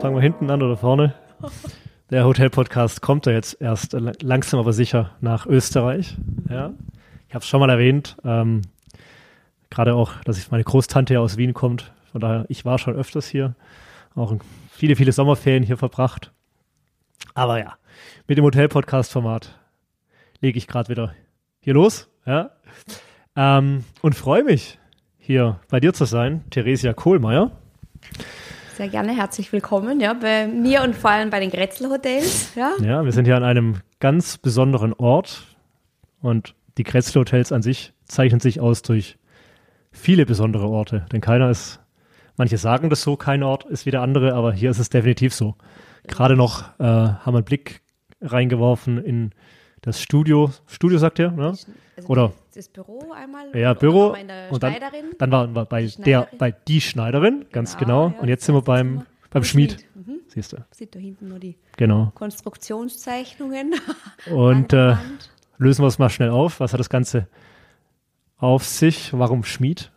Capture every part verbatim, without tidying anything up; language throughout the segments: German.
Fangen wir hinten an oder vorne? Der Hotel-Podcast kommt ja jetzt erst langsam aber sicher nach Österreich. Ja. Ich habe es schon mal erwähnt, ähm, gerade auch, dass ich meine Großtante ja aus Wien kommt. Von daher, ich war schon öfters hier, auch viele, viele Sommerferien hier verbracht. Aber ja, mit dem Hotel-Podcast-Format lege ich gerade wieder hier los. Ja. Ähm, und freue mich, hier bei dir zu sein, Theresia Kohlmeier. Sehr gerne, herzlich willkommen, ja, bei mir und vor allem bei den Grätzl Hotels. Ja. ja, wir sind hier an einem ganz besonderen Ort und die Grätzl Hotels an sich zeichnen sich aus durch viele besondere Orte, denn keiner ist, manche sagen das so, kein Ort ist wie der andere, aber hier ist es definitiv so. Gerade noch äh, haben wir einen Blick reingeworfen in das Studio, Studio sagt ihr, ne? Also Oder das Büro einmal. Ja, Büro und dann, dann waren wir bei die der, bei die Schneiderin, ganz genau. genau. Ja, und jetzt sind wir beim, beim Schmied. Schmied. Mhm. Siehst du. Sieht da hinten nur die genau. Konstruktionszeichnungen. Und äh, lösen wir es mal schnell auf. Was hat das Ganze auf sich? Warum Schmied?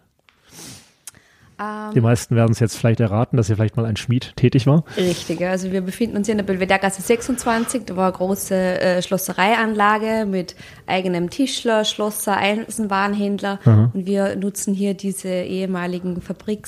Die meisten werden es jetzt vielleicht erraten, dass hier vielleicht mal ein Schmied tätig war. Richtig, also wir befinden uns hier in der Belvederegasse sechsundzwanzig. Da war eine große äh, Schlossereianlage mit eigenem Tischler, Schlosser, Eisenwarenhändler. Aha. Und wir nutzen hier diese ehemaligen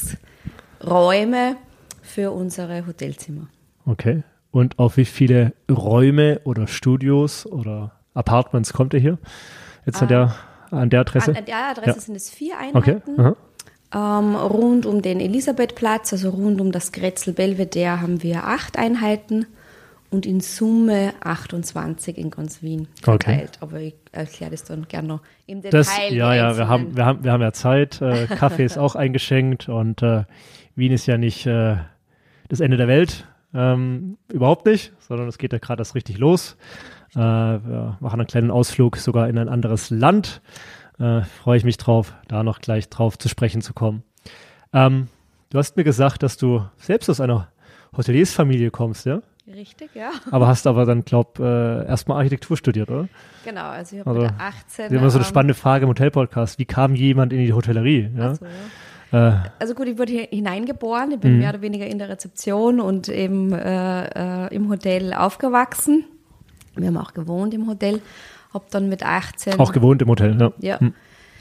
Fabriksräume für unsere Hotelzimmer. Okay. Und auf wie viele Räume oder Studios oder Apartments kommt ihr hier? Jetzt an, ah, der, an der Adresse? An, an der Adresse ja. sind es vier Einheiten. Okay. Aha. Ähm, rund um den Elisabethplatz, also rund um das Grätzl Belvedere, haben wir acht Einheiten und in Summe achtundzwanzig in ganz Wien verteilt. Okay. Aber ich erkläre das dann gerne noch im Detail. Das, ja, ja, wir haben, wir, haben, wir haben ja Zeit. Äh, Kaffee ist auch eingeschenkt und äh, Wien ist ja nicht äh, das Ende der Welt. Ähm, überhaupt nicht, sondern es geht ja gerade erst richtig los. Äh, wir machen einen kleinen Ausflug sogar in ein anderes Land. Äh, freue ich mich drauf, da noch gleich drauf zu sprechen zu kommen. Ähm, du hast mir gesagt, dass du selbst aus einer Hoteliersfamilie kommst, ja? Richtig, ja. Aber hast aber dann, glaub, äh, erstmal Architektur studiert, oder? Genau, also ich habe also, mit achtzehn... Das ist immer so eine spannende Frage im Hotel-Podcast. Wie kam jemand in die Hotellerie? Ja? Ach so, ja. Äh, also gut, ich wurde hier hineingeboren, ich bin mhm. mehr oder weniger in der Rezeption und eben äh, äh, im Hotel aufgewachsen. Wir haben auch gewohnt im Hotel. Habe dann mit achtzehn... Auch gewohnt im Hotel, ja. Ja. Hm.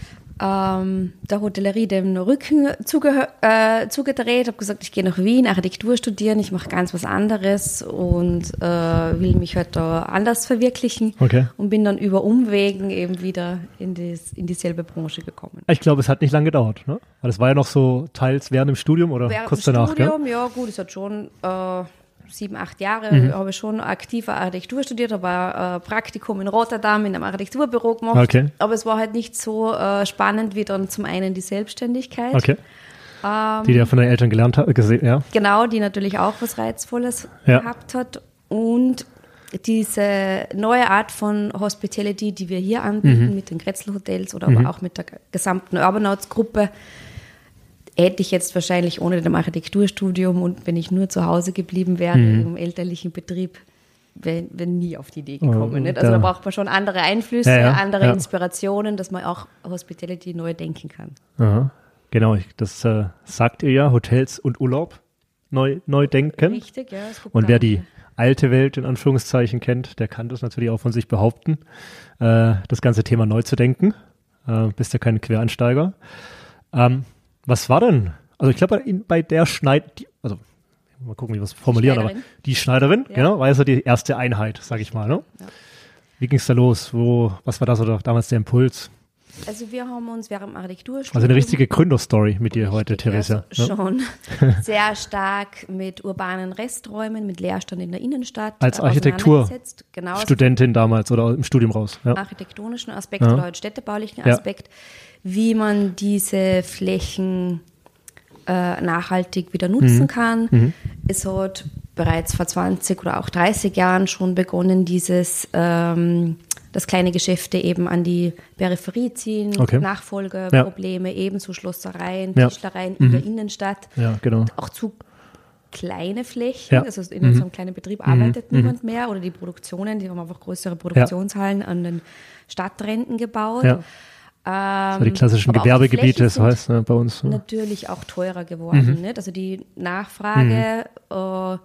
Ähm, der Hotellerie den Rücken zuge- äh, zugedreht, habe gesagt, ich gehe nach Wien, Architektur studieren, ich mache ganz was anderes und äh, will mich halt da anders verwirklichen. Okay. Und bin dann über Umwegen eben wieder in, das, in dieselbe Branche gekommen. Ich glaube, es hat nicht lange gedauert, ne? Weil es war ja noch so teils während dem Studium oder während kurz dem danach, Studium, gell? Ja gut, es hat schon... Äh, sieben, acht Jahre mhm. habe ich schon aktive Architektur studiert, habe ein äh, Praktikum in Rotterdam in einem Architekturbüro gemacht. Okay. Aber es war halt nicht so äh, spannend wie dann zum einen die Selbstständigkeit. Okay. Ähm, die du ja von deinen Eltern gelernt hast, gesehen, ja. Genau, die natürlich auch was Reizvolles ja. gehabt hat. Und diese neue Art von Hospitality, die wir hier anbieten, mhm. mit den Grätzl Hotels oder mhm. aber auch mit der gesamten Urbanaut-Gruppe, hätte ich jetzt wahrscheinlich ohne dem Architekturstudium und wenn ich nur zu Hause geblieben wäre, mhm. im elterlichen Betrieb, wäre wär nie auf die Idee gekommen. Oh, nicht? Also da braucht man schon andere Einflüsse, ja, ja, andere ja. Inspirationen, dass man auch Hospitality neu denken kann. Aha. Genau, das äh, sagt ihr ja, Hotels und Urlaub neu, neu denken. Richtig, ja. Und wer die alte Welt in Anführungszeichen kennt, der kann das natürlich auch von sich behaupten, äh, das ganze Thema neu zu denken. Äh, bist ja kein Quereinsteiger. Ähm, Was war denn? Also ich glaube, bei, bei der Schneid... Also mal gucken, wie wir es formulieren, aber die Schneiderin, ja. genau, war ja so die erste Einheit, sag ich mal. Ne? Ja. Wie ging es da los? Wo, was war da so damals der Impuls? Also wir haben uns während dem Architekturstudium... Also eine richtige Gründerstory mit dir heute, Theresia. Also ja? Schon sehr stark mit urbanen Resträumen, mit Leerstand in der Innenstadt. Als Architekturstudentin genau, damals oder im Studium raus. Ja. Architektonischen Aspekt ja. oder halt städtebaulichen Aspekt. Ja. Wie man diese Flächen äh, nachhaltig wieder nutzen mhm. kann. Mhm. Es hat bereits vor zwanzig oder auch dreißig Jahren schon begonnen, dieses, ähm, dass kleine Geschäfte eben an die Peripherie ziehen, okay. Nachfolgeprobleme, ja. ebenso Schlossereien, ja. Tischlereien mhm. in der Innenstadt. Ja, genau. Und auch zu kleine Flächen, ja. also in mhm. unserem kleinen Betrieb arbeitet mhm. niemand mehr oder die Produktionen, die haben einfach größere Produktionshallen ja. an den Stadtränden gebaut. Ja. Ähm, so die klassischen Gewerbegebiete, das heißt ne, bei uns. Ne? Natürlich auch teurer geworden. Mhm. Nicht? Also die Nachfrage mhm. äh,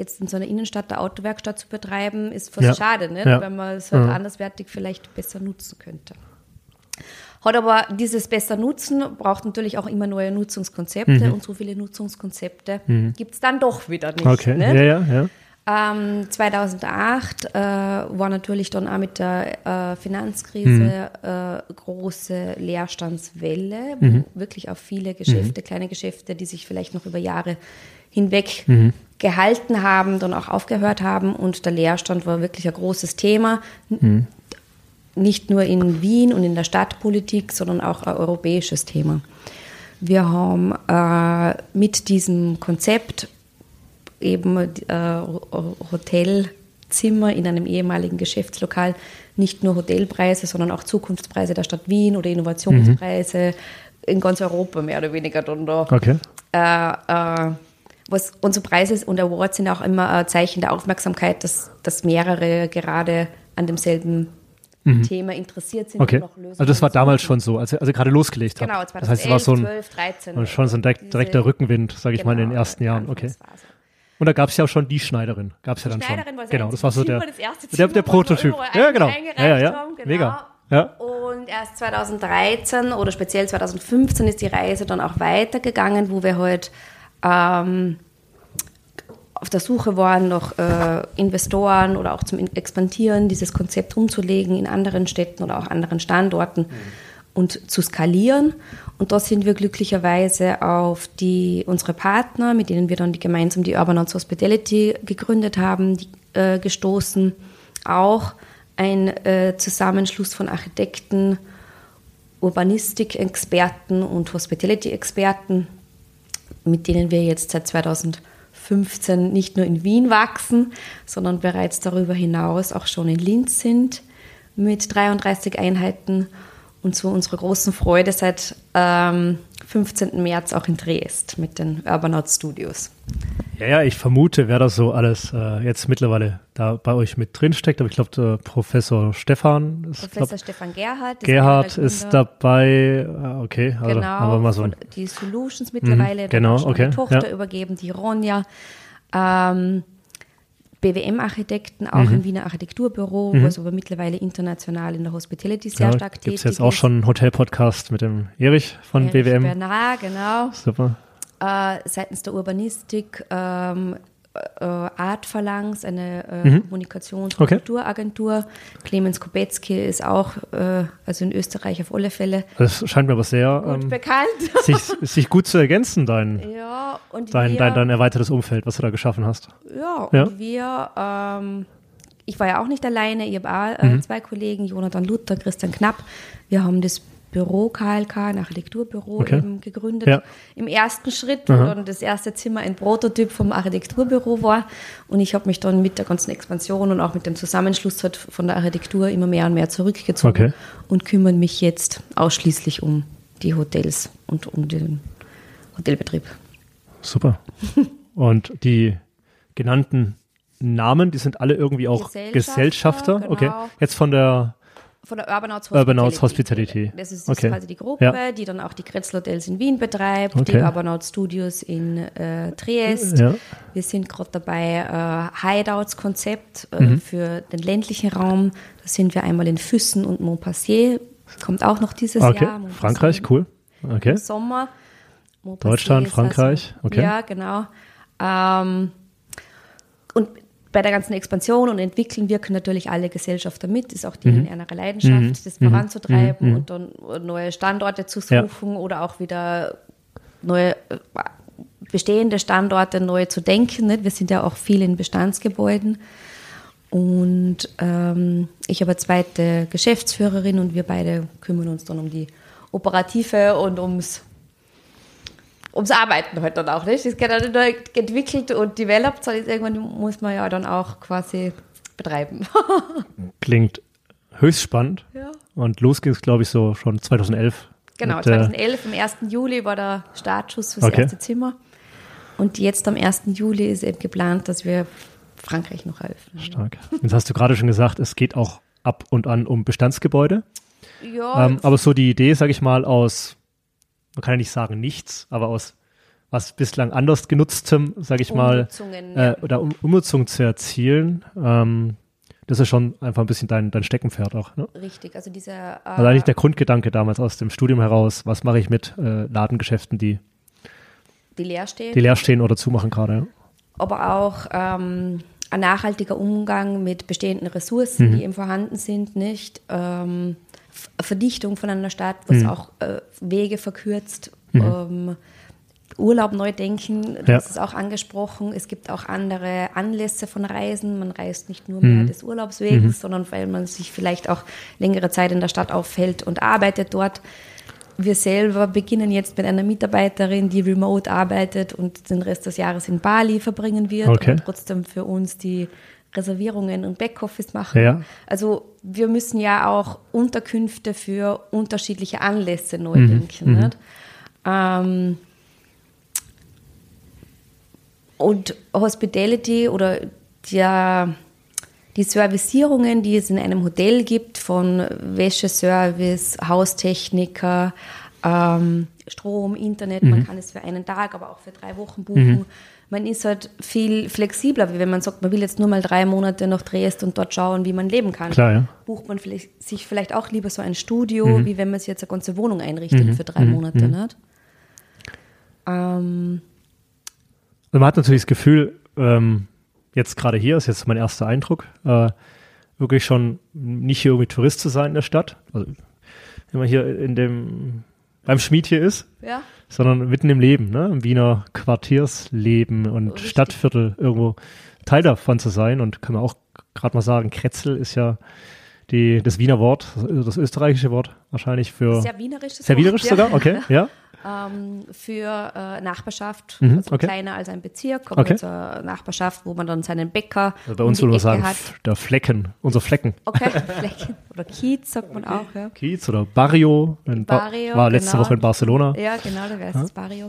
jetzt in so einer Innenstadt eine Autowerkstatt zu betreiben, ist fast ja. schade, nicht? Ja. Wenn man es halt ja. anderswertig vielleicht besser nutzen könnte. Hat aber dieses besser Nutzen, braucht natürlich auch immer neue Nutzungskonzepte mhm. und so viele Nutzungskonzepte mhm. gibt es dann doch wieder nicht. Okay, nicht? ja, ja, ja. Ähm, zweitausendacht äh, war natürlich dann auch mit der äh, Finanzkrise mhm. äh, große Leerstandswelle, wo mhm. wirklich auch viele Geschäfte, mhm. kleine Geschäfte, die sich vielleicht noch über Jahre hinweg mhm. gehalten haben, dann auch aufgehört haben und der Leerstand war wirklich ein großes Thema. Mhm. Nicht nur in Wien und in der Stadtpolitik, sondern auch ein europäisches Thema. Wir haben äh, mit diesem Konzept eben äh, Hotelzimmer in einem ehemaligen Geschäftslokal, nicht nur Hotelpreise, sondern auch Zukunftspreise der Stadt Wien oder Innovationspreise mhm. in ganz Europa mehr oder weniger dann da. Okay. Äh, äh, was unsere Preise und Awards sind auch immer ein Zeichen der Aufmerksamkeit, dass, dass mehrere gerade an demselben mhm. Thema interessiert sind. Okay. Und noch Lösungen also das war damals suchen. schon so, als ihr, als ihr gerade losgelegt habt. Genau, zweitausendelf, das heißt, es war so ein, zwölf, dreizehn. Und schon so ein direkt, direkter Rückenwind, sage ich genau, mal, in den ersten Jahren. Okay. Und da gab es ja auch schon die Schneiderin. Gab es ja dann schon. Schneiderin war genau, das war so der, das erste der, der Prototyp. Ja, genau. Ja, ja, ja. Haben, genau. Mega. Ja. Und erst zweitausenddreizehn oder speziell zweitausendfünfzehn ist die Reise dann auch weitergegangen, wo wir halt ähm, auf der Suche waren nach äh, Investoren oder auch zum Expandieren, dieses Konzept umzulegen in anderen Städten oder auch anderen Standorten mhm. und zu skalieren. Und da sind wir glücklicherweise auf die, unsere Partner, mit denen wir dann die, gemeinsam die Urbanotes Hospitality gegründet haben, die, äh, gestoßen. Auch ein äh, Zusammenschluss von Architekten, Urbanistik-Experten und Hospitality-Experten, mit denen wir jetzt seit zweitausendfünfzehn nicht nur in Wien wachsen, sondern bereits darüber hinaus auch schon in Linz sind mit dreiunddreißig Einheiten und zu unserer großen Freude seit ähm, fünfzehnten März auch in Triest mit den Urbanotes Studios. Ja, ja, ich vermute, wer das so alles äh, jetzt mittlerweile da bei euch mit drin steckt, aber ich glaube, der Professor Stefan ist Professor glaub, Stefan Gerhard. Gerhard ist dabei, okay. Also genau, haben wir mal so ein, die Solutions mittlerweile, mhm, genau, schon okay, die Tochter ja. übergeben, die Ronja. Ähm, B W M-Architekten, auch mhm. im Wiener Architekturbüro, mhm. was aber mittlerweile international in der Hospitality sehr ja, stark tätig ist. Gibt es jetzt auch schon einen Hotel-Podcast mit dem Erich von Erich B W M. Bernard, genau. Super. Äh, seitens der Urbanistik, ähm, äh, Art Phalanx, eine äh, mhm. Kommunikations- und okay. Kulturagentur. Clemens Kopetzky ist auch, äh, also in Österreich auf alle Fälle. Das scheint mir aber sehr gut ähm, bekannt. sich, sich gut zu ergänzen, dein, ja, und dein, wir, dein, dein erweitertes Umfeld, was du da geschaffen hast. Ja, ja. und wir, ähm, ich war ja auch nicht alleine, ich habe auch äh, mhm. zwei Kollegen, Jonathan Luther, Christian Knapp. Wir haben das Büro K L K, ein Architekturbüro, okay. eben gegründet. Ja. Im ersten Schritt, wo Aha. dann das erste Zimmer ein Prototyp vom Architekturbüro war. Und ich habe mich dann mit der ganzen Expansion und auch mit dem Zusammenschluss halt von der Architektur immer mehr und mehr zurückgezogen okay. und kümmere mich jetzt ausschließlich um die Hotels und um den Hotelbetrieb. Super. Und die genannten Namen, die sind alle irgendwie auch Gesellschafter, Gesellschafter. Genau. Okay. Jetzt von der Von der Urbanotes Hospitality. Urbanotes Hospitality. Das ist, okay. quasi die Gruppe, ja. die dann auch die Grätzl Hotels in Wien betreibt, okay. die Urbanotes Studios in äh, Triest. Ja. Wir sind gerade dabei, äh, Hideouts-Konzept äh, mhm. für den ländlichen Raum. Da sind wir einmal in Füssen und Montpassier. Kommt auch noch dieses okay. Jahr. Frankreich, cool. Okay. Im Sommer. Montpassier Deutschland, Frankreich. Also, okay. Ja, genau. Ähm, und bei der ganzen Expansion und Entwicklung wirken natürlich alle Gesellschafter mit, ist auch die mhm. in einer Leidenschaft, mhm. das voranzutreiben mhm. und dann neue Standorte zu suchen ja. oder auch wieder neue bestehende Standorte neu zu denken. Nicht? Wir sind ja auch viel in Bestandsgebäuden. Und ähm, ich habe eine zweite Geschäftsführerin und wir beide kümmern uns dann um die Operative und ums ums Arbeiten halt dann auch, nicht? Das geht dann nicht entwickelt und developed, sondern irgendwann muss man ja dann auch quasi betreiben. Klingt höchst spannend. Ja. Und los ging es, glaube ich, so schon zweitausendelf. Genau, mit, zweitausendelf, am ersten Juli war der Startschuss fürs okay. erste Zimmer. Und jetzt am ersten Juli ist eben geplant, dass wir Frankreich noch eröffnen. Stark. Jetzt hast du gerade schon gesagt, es geht auch ab und an um Bestandsgebäude. Ja. Ähm, aber so die Idee, sage ich mal, aus man kann ja nicht sagen nichts, aber aus was bislang anders genutztem, sage ich mal, äh, oder um, Umnutzung zu erzielen. Ähm, das ist schon einfach ein bisschen dein, dein Steckenpferd auch. Ne? Richtig, also dieser äh, also eigentlich der Grundgedanke damals aus dem Studium heraus, was mache ich mit äh, Ladengeschäften, die, die leer stehen. Die leer stehen oder zumachen gerade. Ja. Aber auch ähm, ein nachhaltiger Umgang mit bestehenden Ressourcen, mhm. die eben vorhanden sind, nicht? Ähm, Verdichtung von einer Stadt, was mhm. auch äh, Wege verkürzt, mhm. ähm, Urlaub neu denken, das ja. ist auch angesprochen. Es gibt auch andere Anlässe von Reisen. Man reist nicht nur mehr mhm. des Urlaubswegs, mhm. sondern weil man sich vielleicht auch längere Zeit in der Stadt aufhält und arbeitet dort. Wir selber beginnen jetzt mit einer Mitarbeiterin, die remote arbeitet und den Rest des Jahres in Bali verbringen wird okay. und trotzdem für uns die Reservierungen und Backoffice machen. Ja. Also wir müssen ja auch Unterkünfte für unterschiedliche Anlässe neu mhm. denken. Mhm. Nicht? Ähm, und Hospitality oder der, die Servicierungen, die es in einem Hotel gibt, von Wäscheservice, Haustechniker, ähm, Strom, Internet, mhm. man kann es für einen Tag, aber auch für drei Wochen buchen. Mhm. Man ist halt viel flexibler, wie wenn man sagt, man will jetzt nur mal drei Monate nach Dresden und dort schauen, wie man leben kann. Klar, ja. Bucht man vielleicht, sich vielleicht auch lieber so ein Studio, mhm. wie wenn man sich jetzt eine ganze Wohnung einrichtet mhm. für drei mhm. Monate. Mhm. Nicht? Ähm, Und man hat natürlich das Gefühl, ähm, jetzt gerade hier, ist jetzt mein erster Eindruck, äh, wirklich schon nicht hier irgendwie Tourist zu sein in der Stadt. Also, wenn man hier in dem, beim Schmied hier ist, ja. sondern mitten im Leben, ne? Im Wiener Quartiersleben und Richtig. Stadtviertel irgendwo Teil davon zu sein. Und kann man auch gerade mal sagen, Kretzel ist ja die, das Wiener Wort, das österreichische Wort wahrscheinlich für... Sehr wienerisch. Sehr wienerisch sogar, ja. Okay, ja. Ähm, für äh, Nachbarschaft, mhm, also okay. kleiner als ein Bezirk, aber okay. also Nachbarschaft, wo man dann seinen Bäcker also bei uns um würde man Ecke sagen, hat. der Flecken, unser Flecken. Okay, Flecken. Oder Kiez sagt man auch, ja. Kiez oder Barrio, in ba- Barrio war letzte genau. Woche in Barcelona. Ja, genau, da wäre es ja. das Barrio.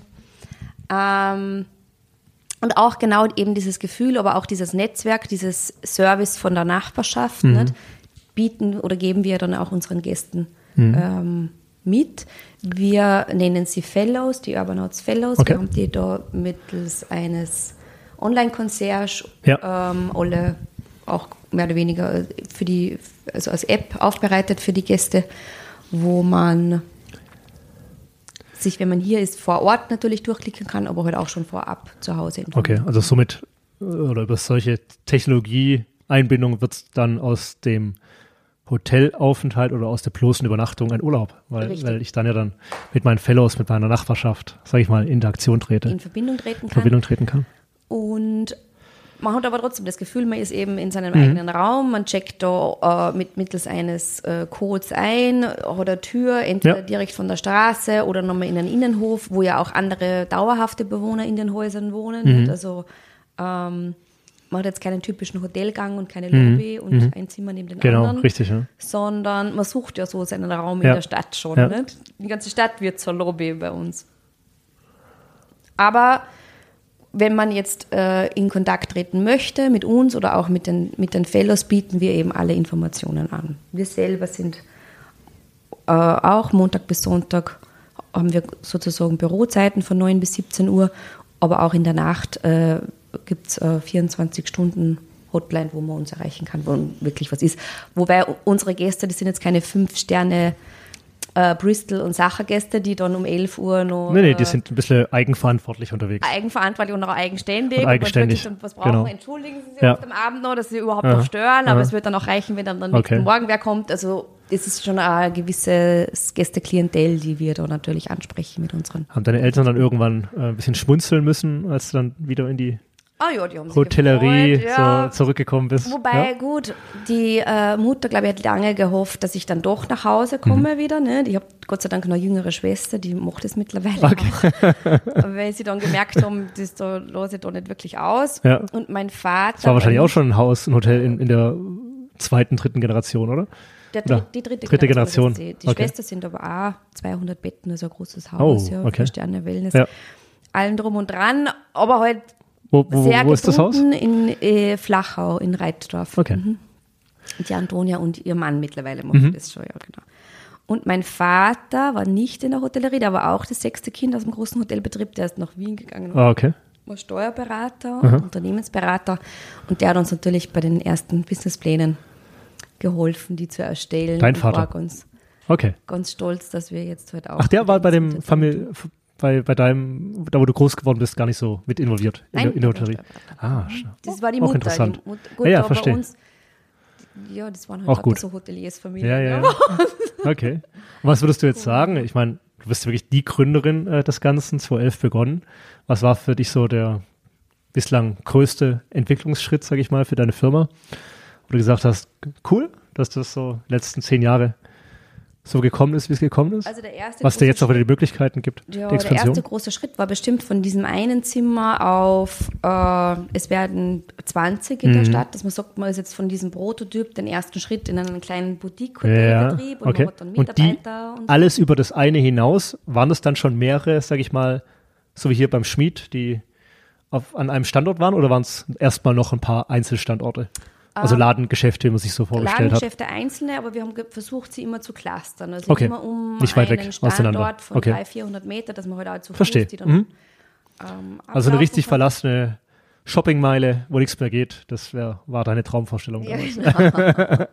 Ähm, und auch genau eben dieses Gefühl, aber auch dieses Netzwerk, dieses Service von der Nachbarschaft, mhm. nicht, bieten oder geben wir dann auch unseren Gästen mhm. ähm, mit. Wir nennen sie Fellows, die Urbanots Fellows. Okay. Wir haben die da mittels eines Online-Concierge ja. ähm, alle auch mehr oder weniger für die, also als App aufbereitet für die Gäste, wo man sich, wenn man hier ist, vor Ort natürlich durchklicken kann, aber halt auch schon vorab zu Hause informieren. Okay, also somit oder über solche Technologieeinbindung wird es dann aus dem Hotelaufenthalt oder aus der bloßen Übernachtung ein Urlaub, weil, weil ich dann ja dann mit meinen Fellows, mit meiner Nachbarschaft, sage ich mal, in Interaktion trete. In Verbindung treten kann. Verbindung treten kann. Und man hat aber trotzdem das Gefühl, man ist eben in seinem mhm. eigenen Raum, man checkt da äh, mit, mittels eines äh, Codes ein, hat eine Tür, entweder ja. direkt von der Straße oder nochmal in einen Innenhof, wo ja auch andere dauerhafte Bewohner in den Häusern wohnen. Mhm. Also ähm, man hat jetzt keinen typischen Hotelgang und keine Lobby mhm. und mhm. ein Zimmer neben den genau, anderen. Genau, richtig. Ja. Sondern man sucht ja so seinen Raum ja. in der Stadt schon. Ja. Nicht? Die ganze Stadt wird zur Lobby bei uns. Aber wenn man jetzt äh, in Kontakt treten möchte mit uns oder auch mit den, mit den Fellows, bieten wir eben alle Informationen an. Wir selber sind äh, auch Montag bis Sonntag, haben wir sozusagen Bürozeiten von neun bis siebzehn Uhr, aber auch in der Nacht äh, gibt es äh, vierundzwanzig Stunden Hotline, wo man uns erreichen kann, wo wirklich was ist. Wobei unsere Gäste, die sind jetzt keine fünf Sterne äh, Bristol- und Sacher-Gäste, die dann um elf Uhr noch... Nee, nee, die sind ein bisschen eigenverantwortlich unterwegs. Eigenverantwortlich und auch eigenständig. Und eigenständig, und was brauchen, genau. Entschuldigen Sie sich ja. oft am Abend noch, dass Sie überhaupt ja. noch stören, ja. aber es wird dann auch reichen, wenn dann, dann nächsten okay. Morgen wer kommt. Also das ist schon ein gewisses Gästeklientel, die wir da natürlich ansprechen mit unseren... Haben deine Eltern dann irgendwann äh, ein bisschen schmunzeln müssen, als du dann wieder in die Ah ja, die haben sich Hotellerie gefreut, ja. so zurückgekommen bist? Wobei, ja? gut, die äh, Mutter, glaube ich, hat lange gehofft, dass ich dann doch nach Hause komme mhm. wieder. Ne? Ich habe Gott sei Dank eine jüngere Schwester, die macht es mittlerweile okay. auch. Weil sie dann gemerkt haben, das da lasse ich da nicht wirklich aus. Ja. Und mein Vater... Das war wahrscheinlich auch schon ein Haus, ein Hotel in, in der zweiten, dritten Generation, oder? Der, oder? Die dritte, dritte Generation. Generation. Die, die okay. Schwester sind aber auch zweihundert Betten, also ein großes Haus, oh, ja, okay. für Sterne Wellness. Ja. Allem drum und dran, aber halt Wo, wo, sehr wo ist das Haus? in äh, Flachau, in Reitdorf. Okay. Mhm. Die Antonia und ihr Mann mittlerweile machen mhm. das schon, ja, genau. Und mein Vater war nicht in der Hotellerie, der war auch das sechste Kind aus dem großen Hotelbetrieb, der ist nach Wien gegangen. Ah, okay. War Steuerberater Aha. und Unternehmensberater. Und der hat uns natürlich bei den ersten Businessplänen geholfen, die zu erstellen. Dein und Vater? war ganz, Okay. ganz stolz, dass wir jetzt halt auch... Ach, der war bei dem Unternehmen Familie, bei, bei deinem, da wo du groß geworden bist, gar nicht so mit involviert in, Nein, der, in der der war Hotellerie. Ah, sch- Das war die auch Mutter. interessant. Die Mut- gut, Ja, ja, aber verstehe. Bei uns, ja, das waren halt Auch auch gut. so Hoteliersfamilien. Ja, ja, ja. Okay. Und was würdest du jetzt sagen? Ich meine, du bist wirklich die Gründerin äh, des Ganzen, zweitausendelf begonnen. Was war für dich so der bislang größte Entwicklungsschritt, sage ich mal, für deine Firma? Wo du gesagt hast, cool, dass das so die letzten zehn Jahre so gekommen ist, wie es gekommen ist? Also der erste was dir große jetzt auch wieder die Möglichkeiten gibt, Ja, die der Expansion? erste große Schritt war bestimmt von diesem einen Zimmer auf, äh, es werden zwanzig in Mhm. der Stadt, dass man sagt, man ist jetzt von diesem Prototyp den ersten Schritt in einen kleinen Ja, Boutique-Hotelbetrieb und okay. man hat dann Und die, Mitarbeiter. Und, alles über das eine hinaus, waren es dann schon mehrere, sage ich mal, so wie hier beim Schmied, die auf, an einem Standort waren, oder waren es erstmal noch ein paar Einzelstandorte? Also Ähm, Ladengeschäfte, wie man sich so vorgestellt hat. Ladengeschäfte einzelne, aber wir haben ge- versucht, sie immer zu clustern. Also Okay. immer um Nicht weit weg einen auseinander. Standort von Okay. dreihundert, vierhundert Meter, dass man halt auch zu Verstehe. Fuß die dann Mhm. ähm, Also eine ablaufen richtig kann. verlassene Shoppingmeile, wo nichts mehr geht. Das wär, war deine Traumvorstellung Ja, damals. genau.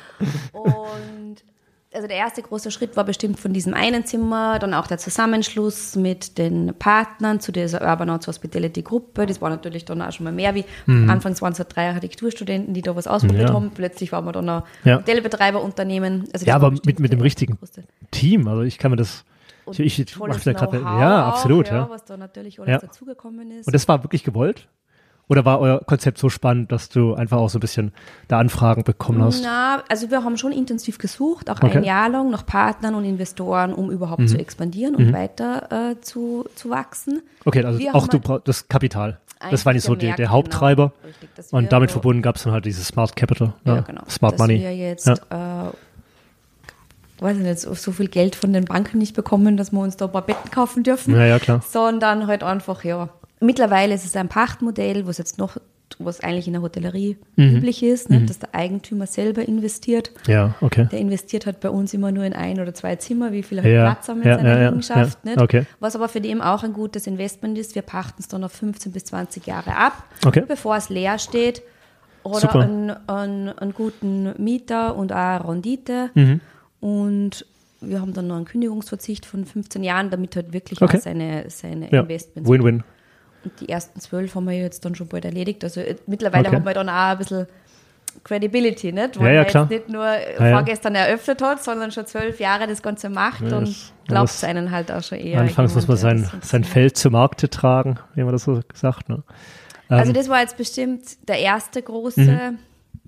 Und also der erste große Schritt war bestimmt von diesem einen Zimmer, dann auch der Zusammenschluss mit den Partnern zu dieser Urbanout Hospitality Gruppe. Das war natürlich dann auch schon mal mehr wie, anfangs waren es halt drei Architekturstudenten, die da was ausprobiert Ja. haben. Plötzlich waren wir dann ein Ja. Hotelbetreiberunternehmen. Also das Ja, war aber bestimmt mit, mit dem der richtigen große- Team. Also ich kann mir das, Und ich, ich tolles mach da gerade, Know-how ja, auch, absolut, ja, ja. was da natürlich alles Ja. dazugekommen ist. Und das war wirklich gewollt? Oder war euer Konzept so spannend, dass du einfach auch so ein bisschen da Anfragen bekommen hast? Na, also wir haben schon intensiv gesucht, auch Okay. ein Jahr lang nach Partnern und Investoren, um überhaupt zu expandieren und weiter äh, zu, zu wachsen. Okay, also Wir auch haben du halt brauch- das Kapital. Das eigentlich war nicht so der, gemerkt, der Haupttreiber. genau, richtig, dass wir Und damit so- verbunden gab es dann halt dieses Smart Capital, Ja, ne? genau. Smart dass Money. wir jetzt, Ja. äh, weiß ich nicht, so, so viel Geld von den Banken nicht bekommen, dass wir uns da ein paar Betten kaufen dürfen. Ja, ja, klar. Sondern halt einfach, ja. Mittlerweile ist es ein Pachtmodell, was jetzt noch, was eigentlich in der Hotellerie Mhm. üblich ist, ne, dass der Eigentümer selber investiert. Ja, okay. Der investiert halt bei uns immer nur in ein oder zwei Zimmer, wie viel er Ja, Platz haben in ja, seiner ja, ja, Liegenschaft. ja, Nicht? okay. Was aber für die eben auch ein gutes Investment ist, wir pachten es dann auf fünfzehn bis zwanzig Jahre ab, Okay. bevor es leer steht. Oder Super. einen, einen, einen guten Mieter und auch eine Rendite. Mhm. Und wir haben dann noch einen Kündigungsverzicht von fünfzehn Jahren, damit halt wirklich Okay. auch seine, seine Ja, Investments. Win-Win. Und die ersten zwölf haben wir jetzt dann schon bald erledigt. Also äh, mittlerweile Okay. haben wir dann auch ein bisschen Credibility, nicht? Ja, Weil ja, man klar. jetzt nicht nur ja. vorgestern eröffnet hat, sondern schon zwölf Jahre das Ganze macht Ja, und das- glaubt das- es einen halt auch schon eher. Anfangs muss man jemand, der sein, das sein funktioniert. Feld zu Markte tragen, wie man das so sagt. Ne? Also Ähm, das war jetzt bestimmt der erste große Mhm.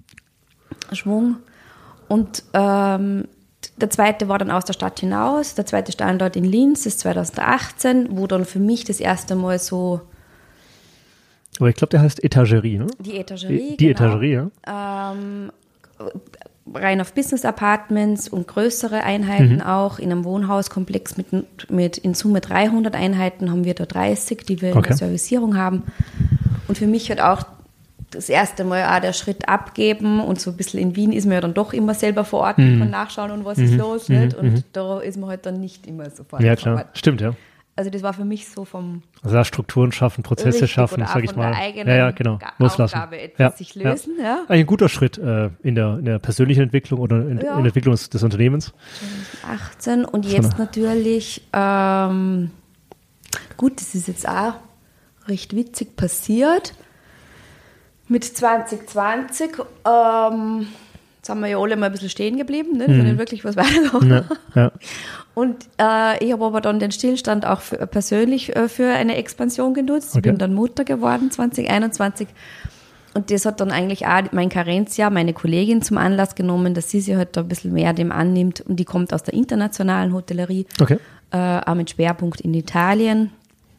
Schwung. Und ähm, der zweite war dann aus der Stadt hinaus. Der zweite Standort in Linz ist zweitausendachtzehn, wo dann für mich das erste Mal so aber ich glaube, der heißt Etagerie, ne? die Etagerie, Die, die genau, Etagerie, ja. ähm, rein auf Business Apartments und größere Einheiten Mhm. auch. In einem Wohnhauskomplex mit, mit in Summe dreihundert Einheiten haben wir da dreißig, die wir in Okay. der Servicierung haben. Und für mich hat auch das erste Mal auch der Schritt abgeben und so ein bisschen in Wien ist man ja dann doch immer selber vor Ort und kann nachschauen und was ist los. Nicht? Und da ist man halt dann nicht immer sofort Ja, vor klar. Ort. Stimmt, ja. Also das war für mich so vom Also da Strukturen schaffen, Prozesse Richtig, schaffen, oder auch sag ich von mal. der eigenen Ja, ja, genau. Ga- Loslassen. Aufgabe etwas ja, sich lösen, ja. Eigentlich ein guter Schritt äh, in, der, in der persönlichen Entwicklung oder in, Ja. in der Entwicklung des, des Unternehmens. achtzehn und jetzt natürlich, ähm, gut, das ist jetzt auch recht witzig passiert. Mit zwanzig zwanzig, ähm, jetzt haben wir ja alle mal ein bisschen stehen geblieben, ne? Da ist nicht wirklich was weitergekommen. Ja, ja. Und äh, ich habe aber dann den Stillstand auch für, persönlich äh, für eine Expansion genutzt. Ich Okay. bin dann Mutter geworden zwanzig einundzwanzig. Und das hat dann eigentlich auch mein Karenzjahr, meine Kollegin zum Anlass genommen, dass sie sich halt da ein bisschen mehr dem annimmt. Und die kommt aus der internationalen Hotellerie, Okay. äh, auch mit Schwerpunkt in Italien.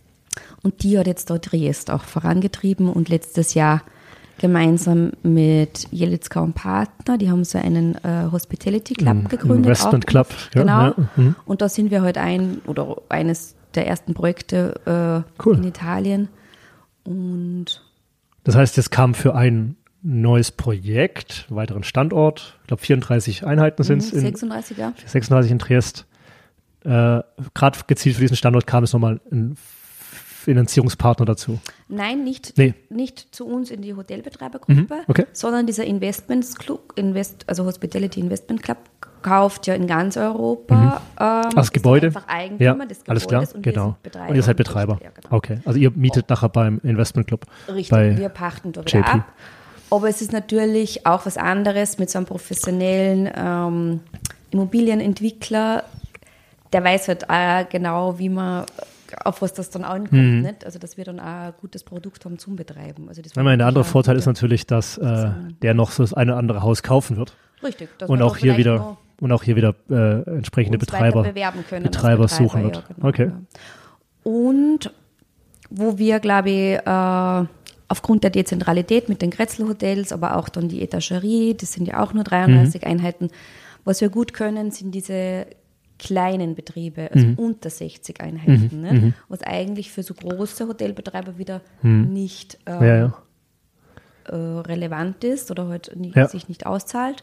Und die hat jetzt dort Triest auch vorangetrieben und letztes Jahr gemeinsam mit Jelitzka und Partner, die haben so einen äh, Hospitality Club Mm, gegründet. Investment auch. Club, ja, Genau. ja, mhm. Und da sind wir heute ein oder eines der ersten Projekte äh, Cool. in Italien. Und Das heißt, es kam für einen neues Projekt, einen weiteren Standort. Ich glaube, vierunddreißig Einheiten sind es. Mhm, sechsunddreißig, ja. sechsunddreißig in Triest. Äh, Gerade gezielt für diesen Standort kam es nochmal ein Finanzierungspartner dazu. Nein, nicht, nee. nicht zu uns in die Hotelbetreibergruppe, mhm, okay. sondern dieser Investments Club, Invest, also Hospitality Investment Club, kauft ja in ganz Europa. Mhm. Ähm, das Gebäude. Einfach Eigentümer ja, des alles klar, und genau. Betreiber und ihr seid Betreiber. Und ja, genau. Okay, also ihr mietet oh. nachher beim Investment Club. Richtig, bei wir pachten da wieder ab. Aber es ist natürlich auch was anderes mit so einem professionellen ähm, Immobilienentwickler, der weiß halt auch genau, wie man, auf was das dann ankommt. Mhm. Nicht? Also, dass wir dann auch ein gutes Produkt haben zum Betreiben. Also das ich meine, der andere Vorteil ist natürlich, dass äh, der noch so das eine oder andere Haus kaufen wird. Richtig. Und auch, hier wieder, und auch hier wieder äh, entsprechende Betreiber, bewerben können Betreiber, Betreiber suchen wird. Ja, genau, okay. Ja. Und wo wir, glaube ich, äh, aufgrund der Dezentralität mit den Grätzl-Hotels, aber auch dann die Etagerie, das sind ja auch nur dreiunddreißig mhm. Einheiten, was wir gut können, sind diese kleinen Betriebe, also mhm. unter sechzig Einheiten, mhm. ne? Mhm. Was eigentlich für so große Hotelbetreiber wieder mhm. nicht ähm, ja, ja. Äh, relevant ist oder halt nicht, ja. sich nicht auszahlt.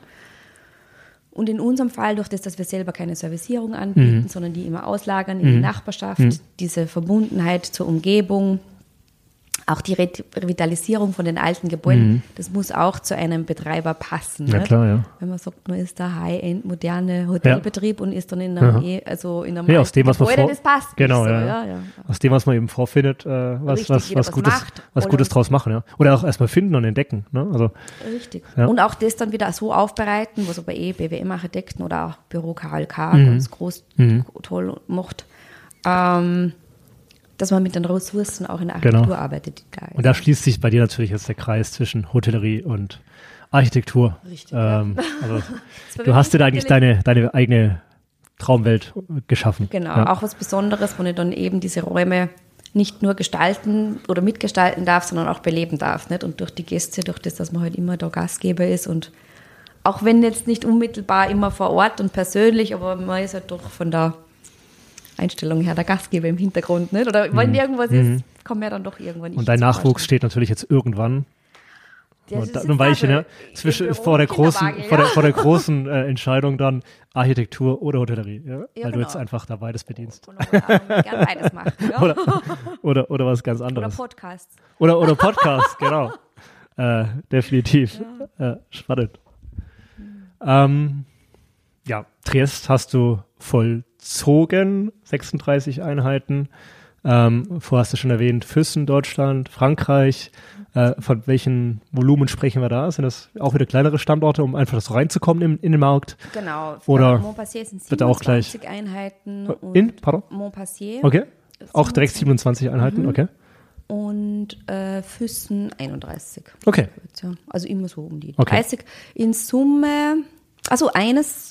Und in unserem Fall, durch das, dass wir selber keine Servicierung anbieten, mhm. sondern die immer auslagern in mhm. die Nachbarschaft, mhm. diese Verbundenheit zur Umgebung, auch die Revitalisierung von den alten Gebäuden, mhm. das muss auch zu einem Betreiber passen. Ja, klar, ja. Wenn man sagt, man ist der High-End, moderne Hotelbetrieb ja. und ist dann in einem, e, also in einem ja, aus dem, was man vor, das passt genau, nicht so. Ja. Ja, ja. Aus dem, was man eben vorfindet, äh, was, Richtig, was, was, was Gutes, macht, was Gutes draus machen. Ja. Oder auch erstmal finden und entdecken. Ne? Also, Richtig. Ja. Und auch das dann wieder so aufbereiten, was aber eh B W M-Architekten oder auch Büro K H L K mhm. ganz groß, mhm. toll macht. Ähm, dass man mit den Ressourcen auch in der Architektur genau. arbeitet. Und da schließt sich bei dir natürlich jetzt der Kreis zwischen Hotellerie und Architektur. Richtig, ähm, ja. Also, du hast dir da eigentlich deine, deine eigene Traumwelt geschaffen. Genau, ja. auch was Besonderes, wo ich dann eben diese Räume nicht nur gestalten oder mitgestalten darf, sondern auch beleben darf. Nicht? Und durch die Gäste, durch das, dass man halt immer da Gastgeber ist und auch wenn jetzt nicht unmittelbar immer vor Ort und persönlich, aber man ist halt doch von der Einstellung her der Gastgeber im Hintergrund, nicht? Oder wenn mhm. irgendwas ist, kommen wir dann doch irgendwann nicht. Und dein Nachwuchs steht natürlich jetzt irgendwann, das da, ein Weilchen, ne? Zwischen, vor, der großen, ja. vor, der, vor der großen äh, Entscheidung dann Architektur oder Hotellerie, ja? Ja, weil genau. du jetzt einfach da beides bedienst. Oder, oder gerne beides machen. Ja? oder, oder, oder was ganz anderes. Oder Podcasts. Oder, oder Podcasts, genau. Äh, definitiv. Ja. Äh, spannend. Mhm. Ähm, ja, Triest hast du vollzogen, sechsunddreißig Einheiten. Ähm, vorher hast du schon erwähnt, Füssen, Deutschland, Frankreich. Äh, von welchen Volumen sprechen wir da? Sind das auch wieder kleinere Standorte, um einfach so reinzukommen in, in den Markt? Genau. Oder Montpassier sind wird auch gleich Einheiten. In? Pardon? Montpassier. Okay. Auch direkt siebenundzwanzig Einheiten, mhm. okay. Und äh, Füssen einunddreißig. Okay. Also immer so um die okay. dreißig. In Summe, also eines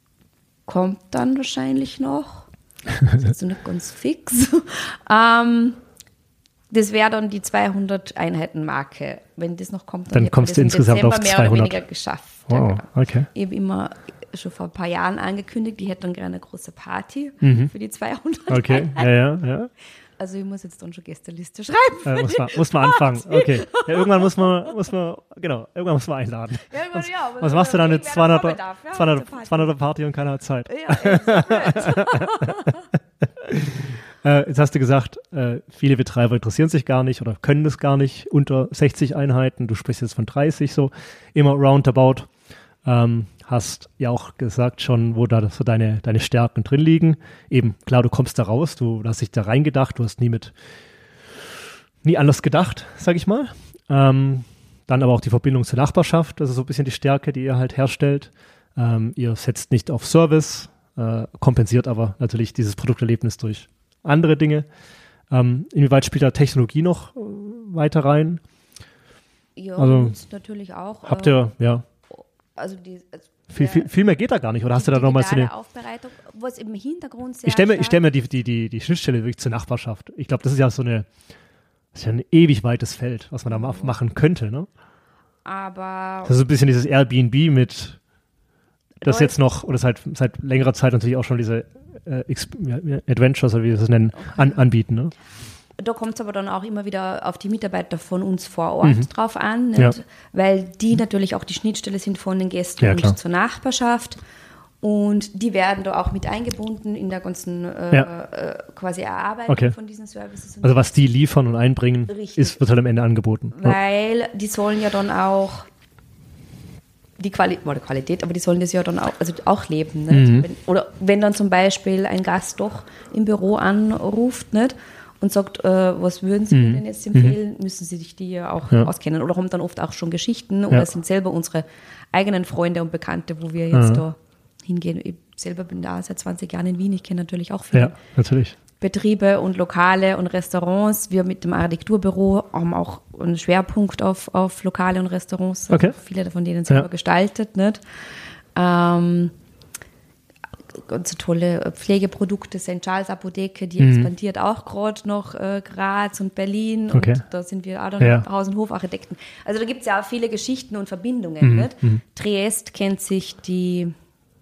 kommt dann wahrscheinlich noch. Das ist jetzt noch nicht ganz fix. ähm, das wäre dann die zweihundert Einheiten Marke. Wenn das noch kommt, dann, dann kommst du insgesamt auf mehr zweihundert. Oder weniger geschafft. Wow, ja, genau. Okay. Ich habe immer schon vor ein paar Jahren angekündigt, ich hätte dann gerne eine große Party mhm. für die zweihundert Okay, ja, ja, ja. Also ich muss jetzt dann schon Gästeliste schreiben. Äh, muss, man, muss man anfangen. Okay. Ja, irgendwann muss man, muss man, genau, irgendwann muss man einladen. Ja, was, ja, was machst du dann mit zweihunderter ja, zweihunderter Party und keiner hat Zeit? Ja, äh, jetzt hast du gesagt, äh, viele Betreiber interessieren sich gar nicht oder können das gar nicht unter sechzig Einheiten. Du sprichst jetzt von dreißig, so immer roundabout. Ähm, hast ja auch gesagt schon, wo da so deine, deine Stärken drin liegen. Eben, klar, du kommst da raus, du hast dich da reingedacht, du hast nie mit, nie anders gedacht, sag ich mal. Ähm, dann aber auch die Verbindung zur Nachbarschaft, das ist so ein bisschen die Stärke, die ihr halt herstellt. Ähm, ihr setzt nicht auf Service, äh, kompensiert aber natürlich dieses Produkterlebnis durch andere Dinge. Ähm, inwieweit spielt da Technologie noch äh, weiter rein? Ja, also, natürlich auch. Habt ihr, äh, ja. Also die, also viel, viel, viel mehr geht da gar nicht, oder hast du da nochmal so eine Aufbereitung, was im Hintergrund sehr Ich stelle mir, ich stell mir die, die, die, die Schnittstelle wirklich zur Nachbarschaft. Ich glaube, das ist ja so eine, das ist ja ein ewig weites Feld, was man da ma- machen könnte, ne? Aber das ist so ein bisschen dieses Airbnb mit, das jetzt noch, oder seit, seit längerer Zeit natürlich auch schon diese äh, Exp- Adventures, oder wie wir das nennen, okay. an, anbieten, ne? Da kommt es aber dann auch immer wieder auf die Mitarbeiter von uns vor Ort mhm. drauf an, nicht? Ja. Weil die natürlich auch die Schnittstelle sind von den Gästen Ja, und klar. zur Nachbarschaft. Und die werden da auch mit eingebunden in der ganzen äh, Ja. äh, quasi Erarbeitung Okay. von diesen Services. Und Also was die liefern und einbringen, Richtig. ist, wird halt am Ende angeboten. Ja. weil die sollen ja dann auch die Quali- oder Qualität, aber die sollen das ja dann auch, also auch leben. Nicht? Mhm. Wenn, oder wenn dann zum Beispiel ein Gast doch im Büro anruft, nicht? Und sagt, äh, was würden Sie mir denn jetzt empfehlen, müssen Sie sich die ja auch Ja. auskennen. Oder haben dann oft auch schon Geschichten oder Ja. sind selber unsere eigenen Freunde und Bekannte, wo wir jetzt Ja. da hingehen. Ich selber bin da seit zwanzig Jahren in Wien, ich kenne natürlich auch viele Ja, natürlich. Betriebe und Lokale und Restaurants. Wir mit dem Architekturbüro haben auch einen Schwerpunkt auf, auf Lokale und Restaurants. Okay. Also viele von denen selber Ja. gestaltet. Nicht? Ähm, ganz tolle Pflegeprodukte, Sankt Charles Apotheke, die Mhm. expandiert auch gerade noch äh, Graz und Berlin. Okay. Und da sind wir auch dann Ja. Haus- und Hofarchitekten. Also da gibt es ja auch viele Geschichten und Verbindungen. Mhm. Nicht? Mhm. Triest kennt sich die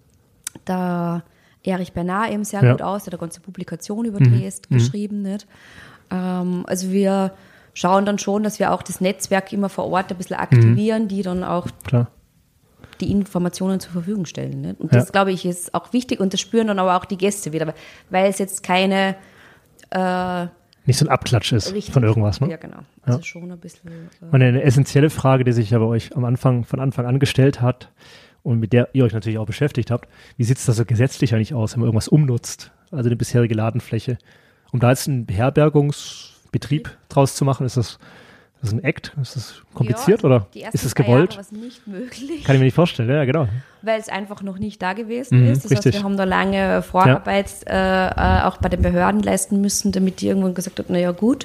der Erich Bernard eben sehr Ja. gut aus, der hat eine ganze Publikation über Mhm. Triest Mhm. geschrieben. Nicht? Ähm, also wir schauen dann schon, dass wir auch das Netzwerk immer vor Ort ein bisschen aktivieren, die dann auch Klar. die Informationen zur Verfügung stellen. Nicht? Und Ja. das, glaube ich, ist auch wichtig und das spüren dann aber auch die Gäste wieder, weil es jetzt keine äh, Nicht so ein Abklatsch ist richtig, von irgendwas. Ne? Ja, genau. Also Ja. schon ein bisschen. Äh, Und eine essentielle Frage, die sich ja bei euch am Anfang, von Anfang an gestellt hat und mit der ihr euch natürlich auch beschäftigt habt, wie sieht es da so gesetzlich eigentlich aus, wenn man irgendwas umnutzt, also eine bisherige Ladenfläche? Um da jetzt einen Beherbergungsbetrieb draus zu machen, ist das, das ist ein Act? Ist das kompliziert ja, oder die ersten ist das zwei gewollt? Jahre war es nicht möglich. Kann ich mir nicht vorstellen, ja, genau. Weil es einfach noch nicht da gewesen Mhm, ist. Das richtig. heißt, wir haben da lange Vorarbeit äh, äh, auch bei den Behörden leisten müssen, damit die irgendwann gesagt haben, naja gut,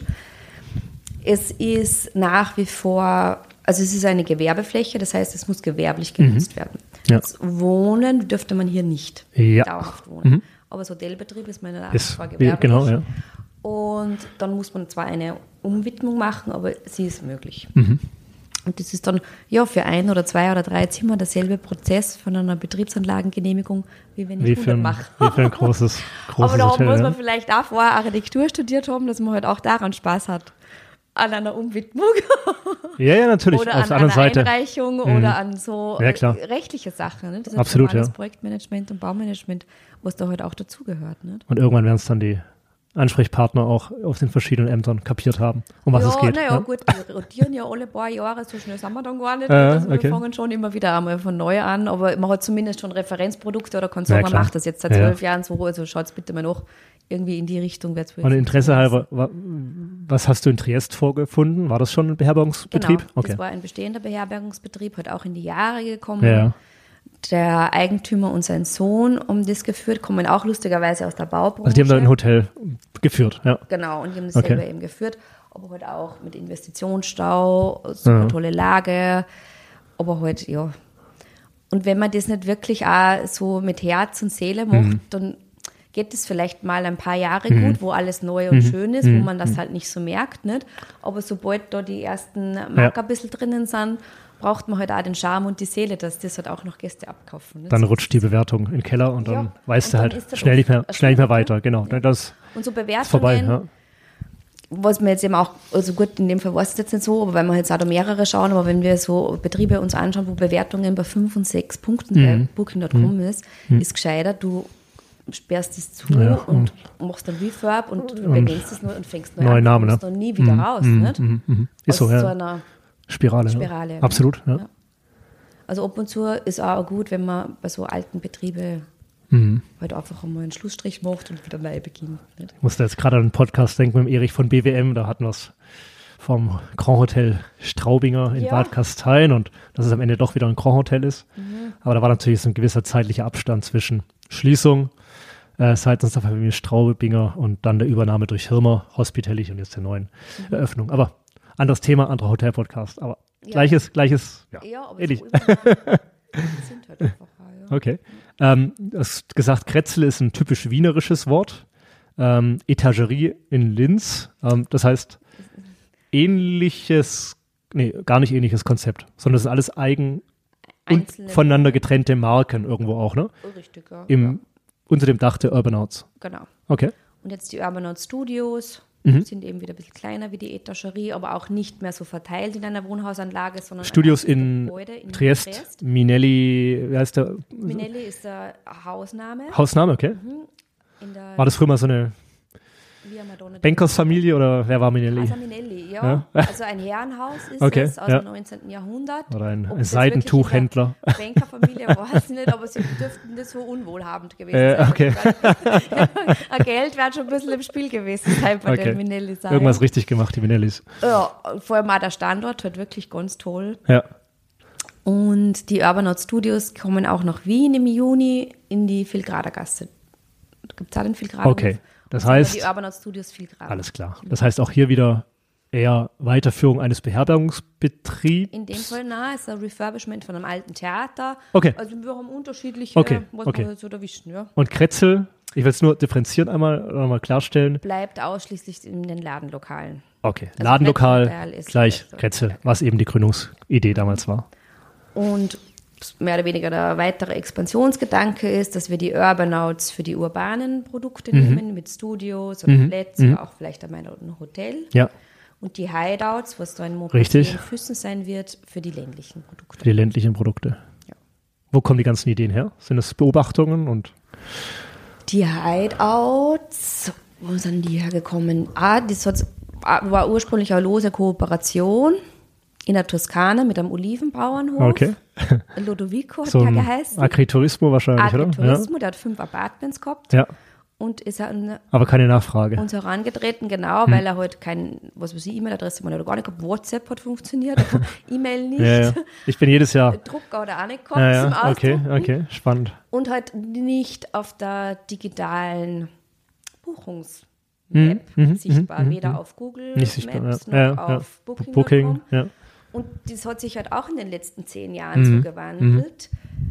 es ist nach wie vor, also es ist eine Gewerbefläche, das heißt, es muss gewerblich genutzt werden. Ja. Das Wohnen dürfte man hier nicht Ja. dauerhaft wohnen. Mhm. Aber das Hotelbetrieb ist meiner Meinung Ist, nach wie- gewerblich. genau, ja. Und dann muss man zwar eine Umwidmung machen, aber sie ist möglich. Mhm. Und das ist dann ja für ein oder zwei oder drei Zimmer derselbe Prozess von einer Betriebsanlagengenehmigung, wie wenn ich Wie für hundert ein, mache. wie für ein großes, großes Aber da Hotel. muss ja. man vielleicht auch vorher Architektur studiert haben, dass man halt auch daran Spaß hat. An einer Umwidmung Ja, ja, natürlich. oder Auf an der einer anderen Seite. Einreichung Mhm. oder an so Ja, klar. äh, rechtliche Sachen. Ne? Das ist Absolut, normales ja. Projektmanagement und Baumanagement, was da halt auch dazugehört. Ne? Und irgendwann werden es dann die Ansprechpartner auch auf den verschiedenen Ämtern kapiert haben, um was ja, es geht. naja, ne? gut, die rotieren ja alle paar Jahre, so schnell sind wir dann gar nicht. Äh, also okay. Wir fangen schon immer wieder einmal von neu an, aber man hat zumindest schon Referenzprodukte oder kann sagen, Ja, man klar. macht das jetzt seit Ja, ja. zwölf Jahren so, also schaut bitte mal nach, irgendwie in die Richtung wird es Und Interesse halber, wa- was hast du in Triest vorgefunden? War das schon ein Beherbergungsbetrieb? Genau, Okay. das war ein bestehender Beherbergungsbetrieb, hat auch in die Jahre gekommen. Ja. Der Eigentümer und sein Sohn haben das geführt, kommen auch lustigerweise aus der Baubranche. Also die haben da ein Hotel geführt, ja. Genau, und die haben das Okay. selber eben geführt, aber halt auch mit Investitionsstau, super Ja. tolle Lage, aber halt, ja. Und wenn man das nicht wirklich auch so mit Herz und Seele macht, Mhm. dann geht es vielleicht mal ein paar Jahre gut, wo alles neu und schön ist, wo Mhm. man das halt nicht so merkt, nicht? Aber sobald da die ersten Marker ein bisschen drinnen sind, braucht man halt auch den Charme und die Seele, dass das halt auch noch Gäste abkaufen. Nicht? Dann rutscht die Bewertung in den Keller und dann Ja, weißt und du dann halt ist das schnell nicht, mehr, oft schnell nicht mehr erschreckend, weiter. Genau, das Und so ist Bewertungen, vorbei. Ja. was mir jetzt eben auch, also gut, in dem Fall war es jetzt nicht so, aber weil wir jetzt auch da mehrere schauen, aber wenn wir so Betriebe uns anschauen, wo Bewertungen bei fünf und sechs Punkten Mhm. bei Booking Punkt com ist, ist gescheiter, du sperrst es zu Ja, und machst dann Refurb und du und benennst es nur und fängst neu neue an, Namen, und kommst ne? dann nie wieder raus, nicht? Mhm, mhm. Ist Aus so, ja. so einer Spirale. Spirale. Ja. ne? Absolut, ja. Ja. Also ab und zu ist auch gut, wenn man bei so alten Betrieben Mhm. halt einfach einmal einen Schlussstrich macht und wieder neu beginnt. Nicht? Ich musste jetzt gerade an einen Podcast denken mit dem Erich von B W M, da hatten wir es vom Grand Hotel Straubinger in Ja. Bad Gastein und dass es am Ende doch wieder ein Grand Hotel ist. Mhm. Aber da war natürlich so ein gewisser zeitlicher Abstand zwischen Schließung äh, seitens der Familie Straubinger und dann der Übernahme durch Hirmer, Hospitality und jetzt der neuen Mhm. Eröffnung. Aber anderes Thema, anderer Hotel-Podcast, aber Ja. gleiches, gleiches, ja, Ja, aber ähnlich. so Übernahmen sind halt einfach auch, ja. Okay. Ähm, du hast gesagt, Kretzel ist ein typisch wienerisches Wort. Ähm, Etagerie in Linz, ähm, das heißt ähnliches, nee, gar nicht ähnliches Konzept, sondern es sind alles eigen und Einzelne- voneinander getrennte Marken irgendwo auch, ne? Richtig, ja. Im, unter dem Dach der Urbonauts. Genau. Okay. Und jetzt die Urbanout Studios, mhm. sind eben wieder ein bisschen kleiner wie die Etagerie, aber auch nicht mehr so verteilt in einer Wohnhausanlage, sondern Studios in, Gebäude in Triest, Triest. Minelli, wie heißt der? Minelli ist der Hausname. Hausname, okay. Mhm. In der War das früher mal so eine Bankersfamilie oder wer war Minelli? Casa Minelli, ja. ja. Also ein Herrenhaus ist okay, es aus ja. dem neunzehnten Jahrhundert. Oder ein, ein Seidentuchhändler. Bankerfamilie weiß ich nicht, aber sie dürften nicht so unwohlhabend gewesen äh, sein. Okay. Geld wäre schon ein bisschen im Spiel gewesen sein bei okay. den Minellis. Irgendwas richtig gemacht, die Minellis. Ja, vor allem auch der Standort wird wirklich ganz toll. Ja. Und die Urbanaut Studios kommen auch nach Wien im Juni in die Filgrader Gasse. Gibt es auch den Filgrader? Okay. Das heißt, die Urbanaut Studios viel gerade. Alles klar. Das heißt auch hier wieder eher Weiterführung eines Beherbergungsbetriebs. In dem Fall, na, ist ein Refurbishment von einem alten Theater. Okay. Also wir haben unterschiedliche, okay. was okay. wir jetzt so erwischen. Ja. Und Kretzel, ich will es nur differenzieren einmal, oder mal klarstellen. Bleibt ausschließlich in den Ladenlokalen. Okay, also Ladenlokal gleich Kretzel, Kretzel, was eben die Gründungsidee damals war. Und mehr oder weniger der weitere Expansionsgedanke ist, dass wir die Urbanauts für die urbanen Produkte mhm. nehmen, mit Studios oder mhm. Plätzen, mhm. oder auch vielleicht einmal ein Hotel. Ja. Und die Hideouts, was da in Montpellier in Füssen sein wird, für die ländlichen Produkte. Für die ländlichen Produkte. Ja. Wo kommen die ganzen Ideen her? Sind das Beobachtungen? Und die Hideouts, wo sind die hergekommen? Ah, das war ursprünglich eine lose Kooperation in der Toskana mit einem Olivenbauernhof. Okay. Lodovico hat so der geheißen. Agriturismo wahrscheinlich, Agriturismo, oder? Agriturismo, der hat fünf Apartments gehabt. Ja. Und ist an Aber keine Nachfrage. uns herangetreten, genau, hm. weil er halt kein, was weiß ich, E-Mail-Adresse, man hat gar nicht gehabt, WhatsApp hat funktioniert, aber E-Mail nicht. Ja, ja. Ich bin jedes Jahr. Drucker oder auch nicht gehabt ja, ja. zum Okay, Ausdrucken. okay, spannend. Und halt nicht auf der digitalen Buchungs- Hm, Map mhm, sichtbar, mhm, weder mhm. auf Google Nicht Maps sichtbar, ja. noch Ja, auf ja. Booking. Booking, ja. Und das hat sich halt auch in den letzten zehn Jahren Mhm. so gewandelt.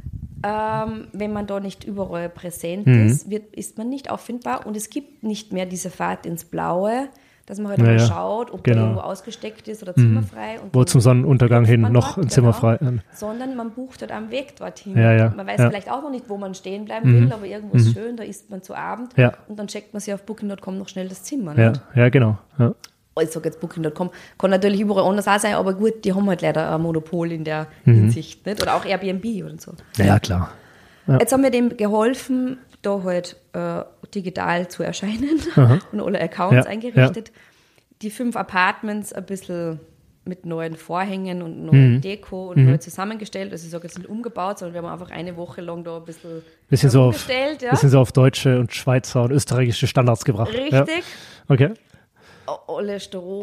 Ähm, wenn man da nicht überall präsent Mhm. ist, wird, ist man nicht auffindbar. Und es gibt nicht mehr diese Fahrt ins Blaue, dass man halt Ja, mal ja. schaut, ob Genau. da irgendwo ausgesteckt ist oder zimmerfrei. Und Wo dann zum Sonnenuntergang bucht hin man noch dort, ein Zimmer genau. frei. Sondern man bucht halt am Weg dorthin. Ja, ja. Man weiß Ja. vielleicht auch noch nicht, wo man stehen bleiben will, aber irgendwo ist schön, da isst man zu Abend. Ja. Und dann checkt man sich auf booking Punkt com noch schnell das Zimmer. Ja, Nicht? ja, genau. Ja. Ich sage jetzt booking Punkt com, kann natürlich überall anders auch sein, aber gut, die haben halt leider ein Monopol in der Hinsicht. Nicht? Oder auch Airbnb oder so. Ja, ja, klar. Ja. Jetzt haben wir dem geholfen, da halt äh, digital zu erscheinen Aha. und alle Accounts Ja, eingerichtet. Die fünf Apartments ein bisschen mit neuen Vorhängen und neuen Mhm. Deko und neu zusammengestellt. Also ich sage jetzt nicht umgebaut, sondern wir haben einfach eine Woche lang da ein bisschen, Bisschen so, auf, umgestellt. Ja. bisschen so auf deutsche und Schweizer und österreichische Standards gebracht. Richtig. Ja. Okay. Alle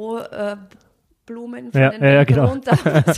Strohblumen von Ja, den ja, ja, Wänden genau. runter.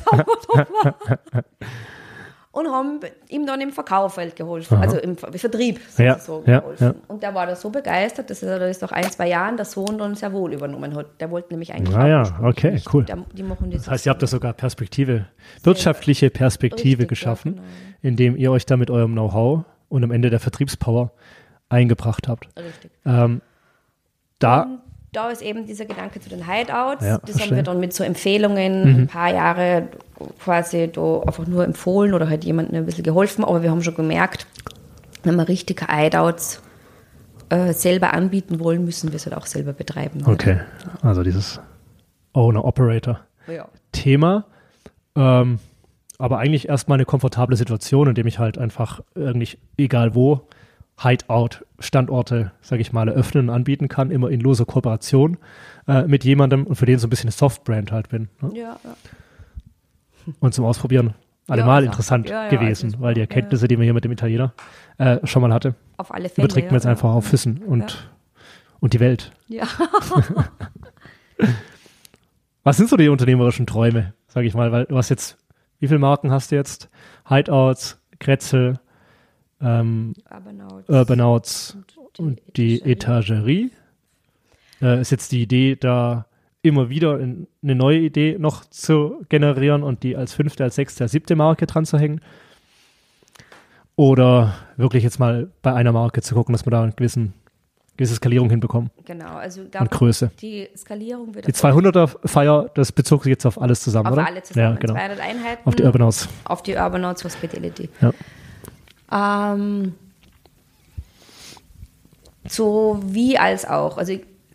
Und haben ihm dann im Verkauf halt geholfen, Aha. also im Vertrieb Ja, sozusagen ja, geholfen. ja. Und der war da so begeistert, dass er das nach ein, zwei Jahren der Sohn dann sehr wohl übernommen hat. Der wollte nämlich eigentlich Ah ja, ursprünglich okay, nicht. cool. Der, die machen das Das heißt, ihr habt da sogar Perspektive, wirtschaftliche Perspektive Richtig, geschaffen, ja, genau. indem ihr euch da mit eurem Know-how und am Ende der Vertriebspower eingebracht habt. Richtig. Ähm, da, Und da ist eben dieser Gedanke zu den Hideouts. Ja, das verstehe. haben wir dann mit so Empfehlungen ein paar Jahre quasi da einfach nur empfohlen oder halt jemandem ein bisschen geholfen. Aber wir haben schon gemerkt, wenn wir richtige Hideouts äh, selber anbieten wollen, müssen wir es halt auch selber betreiben. okay, also dieses Owner-Operator-Thema. Ja. Ähm, aber eigentlich erstmal eine komfortable Situation, in dem ich halt einfach irgendwie, egal wo, Hideout-Standorte, sage ich mal, eröffnen und anbieten kann, immer in loser Kooperation äh, mit jemandem und für den so ein bisschen eine Soft-Brand halt bin. Ne? Ja, ja. Und zum Ausprobieren allemal Ja, also, interessant ja, ja, gewesen, also, weil die ja, Erkenntnisse, die man hier mit dem Italiener äh, schon mal hatte, Auf alle Fälle. überträgt man jetzt ja, einfach ja. auf Füssen und, Ja. und die Welt. Ja. Was sind so die unternehmerischen Träume, sage ich mal, weil du hast jetzt, wie viele Marken hast du jetzt? Hideouts, Kretzel, ähm, Urbanaut. Urbanaut und die Etagerie. Äh, ist jetzt die Idee, da immer wieder in, eine neue Idee noch zu generieren und die als fünfte, als sechste, als siebte Marke dran zu hängen? Oder wirklich jetzt mal bei einer Marke zu gucken, dass wir da eine gewissen, gewisse Skalierung hinbekommen Genau, also da und Größe. die Skalierung wird Die zweihunderter-Feier, das bezog sich jetzt auf alles zusammen, auf oder? alle zusammen. Ja, genau. zweihundert Einheiten. Auf die Urbanaut. Auf die Urbanaut Hospitality. Ja. Ähm, so wie als auch. Also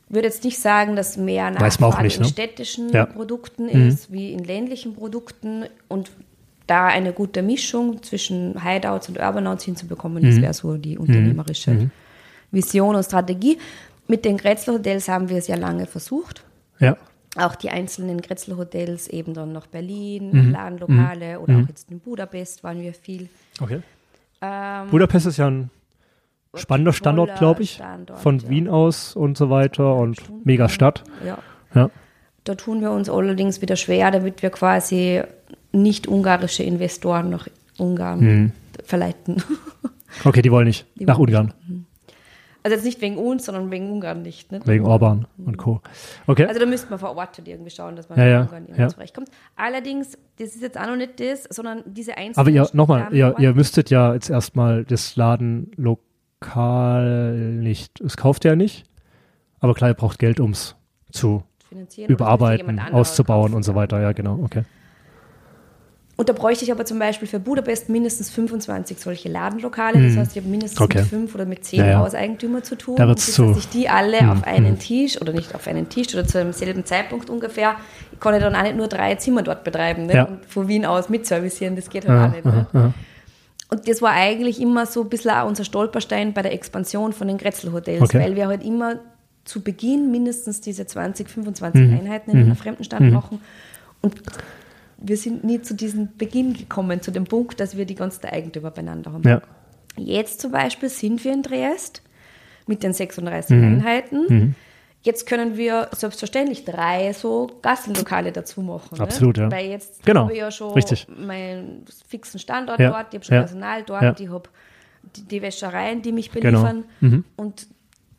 würde jetzt nicht sagen, dass mehr Weiß man auch Nachfrage nicht, in ne? städtischen Ja. Produkten Mhm. ist, wie in ländlichen Produkten und da eine gute Mischung zwischen Hideouts und Urbανouts hinzubekommen, das wäre so die unternehmerische Mhm. Vision und Strategie. Mit den Grätzl-Hotels haben wir es ja lange versucht. Ja. Auch die einzelnen Grätzl-Hotels, eben dann nach Berlin, Mhm. Ladenlokale Mhm. oder Mhm. auch jetzt in Budapest waren wir viel. Okay. Ähm, Budapest ist ja ein spannender Standort, toller glaube ich, Standort, von ja. Wien aus und so weiter und Stunden, mega Stadt. Ja. Ja. Da tun wir uns allerdings wieder schwer, damit wir quasi nicht ungarische Investoren nach Ungarn Mhm. verleiten. Okay, die wollen nicht Die nach wollen Ungarn, Also jetzt nicht wegen uns, sondern wegen Ungarn nicht. Ne? wegen Orban und Co. Okay. Also da müsste man vor Ort halt irgendwie schauen, dass man Ja, mit ja, Ungarn irgendwie ja. zurechtkommt. Allerdings, das ist jetzt auch noch nicht das, sondern diese einzelnen Aber ihr, nochmal, ihr, Standorte- ihr müsstet ja jetzt erstmal das Ladenlokal nicht, es kauft ihr ja nicht, aber klar, ihr braucht Geld, um es zu finanzieren oder überarbeiten, jemand anderes auszubauen kaufen. und so weiter. Ja, genau, okay. Und da bräuchte ich aber zum Beispiel für Budapest mindestens fünfundzwanzig solche Ladenlokale. Das Mhm. heißt, ich habe mindestens Okay. mit fünf oder mit zehn Ja, ja. Hauseigentümer zu tun. Da und wird's bis zu- dass ich die alle Mhm. auf einen Mhm. Tisch oder nicht auf einen Tisch oder zu demselben Zeitpunkt ungefähr, ich kann ja dann auch nicht nur drei Zimmer dort betreiben, ne? Ja. Und von Wien aus mitservicieren, das geht halt Aha, auch nicht. Ne? aha, aha. Und das war eigentlich immer so ein bisschen auch unser Stolperstein bei der Expansion von den Grätzl-Hotels, Okay. weil wir halt immer zu Beginn mindestens diese zwanzig, fünfundzwanzig Mhm. Einheiten in Mhm. einer Fremdenstadt Mhm. machen. Und wir sind nie zu diesem Beginn gekommen, zu dem Punkt, dass wir die ganzen Eigentümer beieinander haben. Ja. Jetzt zum Beispiel sind wir in Triest mit den sechsunddreißig Mhm. Einheiten. Mhm. Jetzt können wir selbstverständlich drei so Gastlokale dazu machen. Absolut, ne? ja. Weil jetzt Genau, habe ich ja schon richtig. meinen fixen Standort Ja, dort, ich habe schon ja, Personal dort, ja. ich habe die, die Wäschereien, die mich Genau. beliefern. Mhm. Und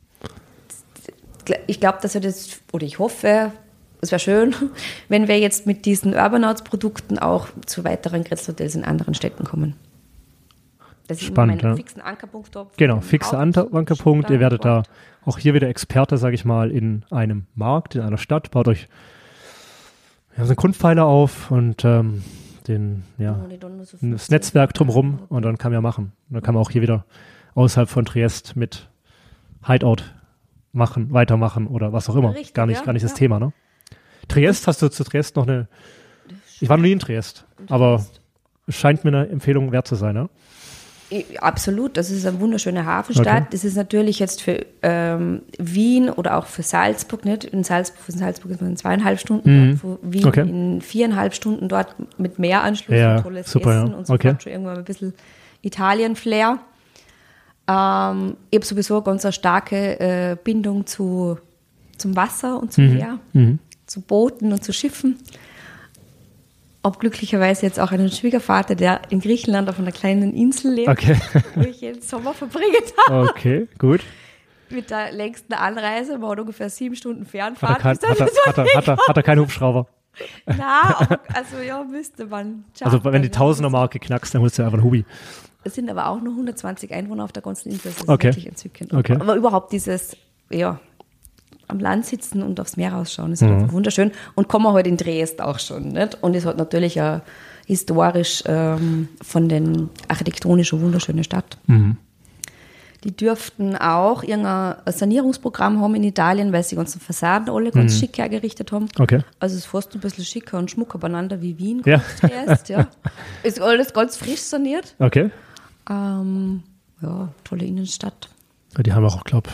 ich glaube, dass wir das, oder ich hoffe, es wäre schön, wenn wir jetzt mit diesen Urbανouts-Produkten auch zu weiteren Grätzl-Hotels in anderen Städten kommen. Dass ich Spannend, immer meinen ja. fixen Ankerpunkt habe. Genau, fixer Anker- Ankerpunkt. Ihr werdet da auch hier wieder Experte, sage ich mal, in einem Markt, in einer Stadt. Baut euch ja, so einen Grundpfeiler auf und ähm, den, ja, das Netzwerk drumherum und dann kann man ja machen. Und dann kann man auch hier wieder außerhalb von Triest mit Hideout machen, weitermachen oder was auch immer. Richtig, gar nicht, ja, gar nicht das ja. Thema, ne? Triest, hast du zu Triest noch eine, ich war noch nie in Triest, aber es scheint mir eine Empfehlung wert zu sein, ne? Absolut, das ist eine wunderschöne Hafenstadt. Okay. Das ist natürlich jetzt für ähm, Wien oder auch für Salzburg nicht. In Salzburg, von Salzburg ist man in zweieinhalb Stunden Mhm. dort, von Wien Okay. in viereinhalb Stunden dort mit Meeranschluss Ja, und tolles super, Essen ja. und so Okay. fort schon irgendwann ein bisschen Italien-Flair. Ähm, ich habe sowieso eine ganz eine starke äh, Bindung zu, zum Wasser und zum Mhm. Meer, Mhm. zu Booten und zu Schiffen. Ob glücklicherweise jetzt auch einen Schwiegervater, der in Griechenland auf einer kleinen Insel lebt, Okay. wo ich jeden Sommer verbringen habe. Okay, gut. Mit der längsten Anreise, man hat ungefähr sieben Stunden Hat er, Fernfahrt. kein, bis dann hat, er, das hat, er, hat, er, hat er keinen Hubschrauber? Na, aber, also ja, müsste man. Also wenn die chartern, ja. Tausender-Marke knackst, dann holst du einfach ein Hubi. Es sind aber auch nur hundertzwanzig Einwohner auf der ganzen Insel. Das ist Okay. wirklich entzückend. Okay. Aber überhaupt dieses, ja, am Land sitzen und aufs Meer rausschauen, ist Mhm. einfach wunderschön. Und kommen wir heute in Triest auch schon. Nicht? Und ist halt natürlich ja historisch ähm, von den architektonisch eine wunderschöne Stadt. Mhm. Die dürften auch irgendein Sanierungsprogramm haben in Italien, weil sie die ganzen Fassaden alle ganz Mhm. schick hergerichtet haben. Okay. Also es ist fast ein bisschen schicker und schmucker beieinander wie Wien. Ja. Triest, ja. Ist alles ganz frisch saniert. Okay. Ähm, ja, tolle Innenstadt. Ja, die haben auch, glaube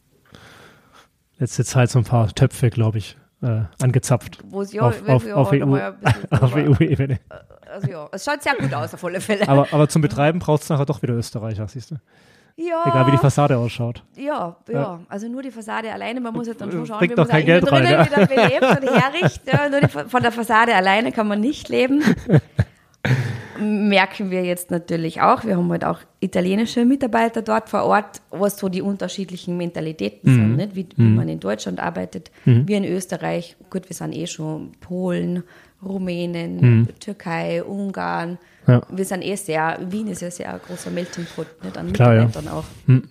letzte Zeit so ein paar Töpfe, glaube ich, äh, angezapft. Wo es ja, auf wo auf, wir auf, ja E U, noch mal ein bisschen auf drüber- E U-Ebene. Also ja, es schaut sehr gut aus auf alle Fälle. Aber, aber zum Betreiben braucht es nachher doch wieder Österreicher, siehst du? ja, Egal wie die Fassade ausschaut. Ja, ja, Ja. also nur die Fassade alleine, man muss jetzt dann schon schauen, Bringt wie doch man kein Geld rein, ja. wieder belebt und herrichtet. Ja, nur die, von der Fassade alleine kann man nicht leben. Merken wir jetzt natürlich auch. Wir haben halt auch italienische Mitarbeiter dort vor Ort, was so die unterschiedlichen Mentalitäten Mhm. sind, nicht? Wie, wie Mhm. man in Deutschland arbeitet, Mhm. wir in Österreich. Gut, wir sind eh schon Polen, Rumänen, Mhm. Türkei, Ungarn. Ja. Wir sind eh sehr, Wien ist ja sehr ein großer Melting Pot, nicht? An Klar, ja. Mitarbeitern auch. Hm.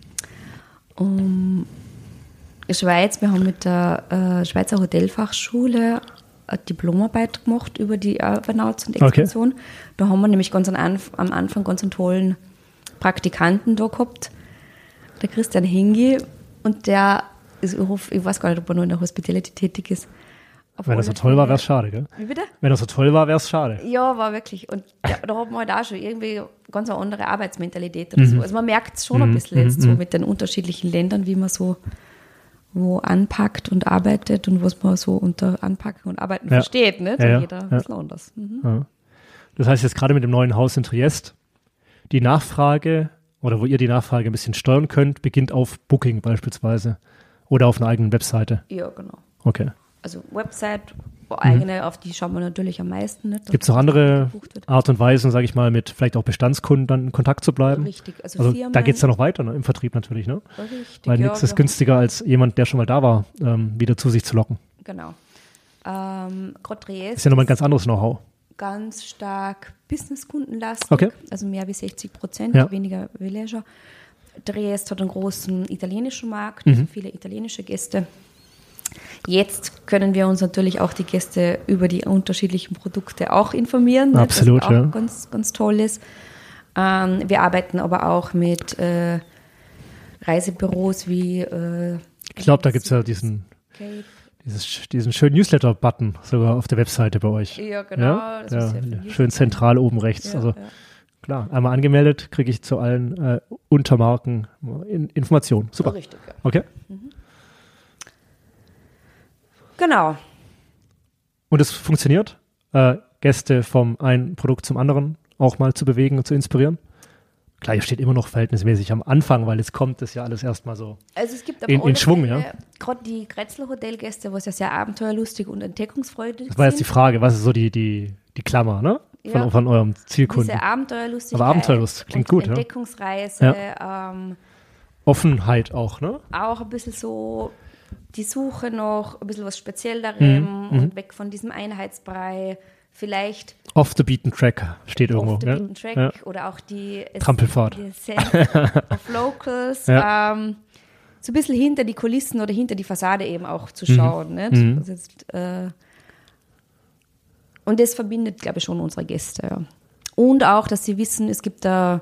Um, Schweiz, wir haben mit der äh, Schweizer Hotelfachschule eine Diplomarbeit gemacht über die Urbανouts und Expansion. Okay. Da haben wir nämlich ganz am, Anf- am Anfang ganz einen tollen Praktikanten da gehabt, der Christian Hingi, und der ich, hoffe, ich weiß gar nicht, ob er noch in der Hospitality tätig ist. Auf Wenn das so toll war, wäre es schade, gell? Wie bitte? Wenn das so toll war, wäre es schade. Ja, war wirklich. Und ja, da hat man halt auch schon irgendwie ganz eine andere Arbeitsmentalität oder mhm. so. Also man merkt es schon mhm. ein bisschen mhm. jetzt so mit den unterschiedlichen Ländern, wie man so wo anpackt und arbeitet und was man so unter Anpacken und Arbeiten ja. versteht, nicht? Ja, ja. Jeder ein ja. bisschen anders. Mhm. Ja. Das heißt jetzt gerade mit dem neuen Haus in Triest, die Nachfrage oder wo ihr die Nachfrage ein bisschen steuern könnt, beginnt auf Booking beispielsweise oder auf einer eigenen Webseite. Ja, genau. Okay. Also Website, eigene, mhm. auf die schauen wir natürlich am meisten. Gibt es noch andere Art und Weisen, sage ich mal, mit vielleicht auch Bestandskunden dann in Kontakt zu bleiben? Richtig. Also, also Firmen, da geht es dann noch weiter, ne? Im Vertrieb natürlich, ne? Richtig, weil nichts ja, ist günstiger, als jemand, der schon mal da war, ähm, wieder zu sich zu locken. Genau. Ähm, Gerade Triest ist ja nochmal ein ganz anderes Know-how. Ganz stark Businesskundenlastig, okay. also mehr wie sechzig Prozent, ja. weniger Villager. Triest hat einen großen italienischen Markt, mhm. viele italienische Gäste. Jetzt können wir uns natürlich auch die Gäste über die unterschiedlichen Produkte auch informieren. Absolut, was auch ja. ganz, ganz toll ist. Ähm, wir arbeiten aber auch mit äh, Reisebüros wie äh, ich glaube, da gibt es ja diesen, dieses, diesen schönen Newsletter-Button sogar auf der Webseite bei euch. Ja, genau. Ja? Das ja, ja, schön zentral oben rechts. Ja, also ja. Klar, einmal angemeldet, kriege ich zu allen äh, Untermarken in, Informationen. Super. Richtig, ja. Okay. Mhm. Genau. Und es funktioniert, äh, Gäste vom einen Produkt zum anderen auch mal zu bewegen und zu inspirieren? Klar, ihr steht immer noch verhältnismäßig am Anfang, weil jetzt kommt das ja alles erstmal so also es gibt in, in Schwung. Ja? Gerade die Grätzl-Hotelgäste, was ja sehr abenteuerlustig und entdeckungsfreudig sind. Das war jetzt die Frage, was ist so die, die, die Klammer, ne? Von, ja. von eurem Zielkunden. Diese Abenteuerlustigkeit. Aber Abenteuerlust klingt gut, Entdeckungsreise. Ja. Ähm, Offenheit auch, ne? Auch ein bisschen so die Suche noch, ein bisschen was Speziellerem mhm. und weg von diesem Einheitsbrei. Vielleicht Off the beaten track steht irgendwo. Off the ja? beaten track ja. oder auch die Trampelfahrt. Die Sense of Locals. Ja. Ähm, so ein bisschen hinter die Kulissen oder hinter die Fassade eben auch zu schauen. Mhm. Nicht? Mhm. Das ist, äh, und das verbindet, glaube ich, schon unsere Gäste. Ja. Und auch, dass sie wissen, es gibt da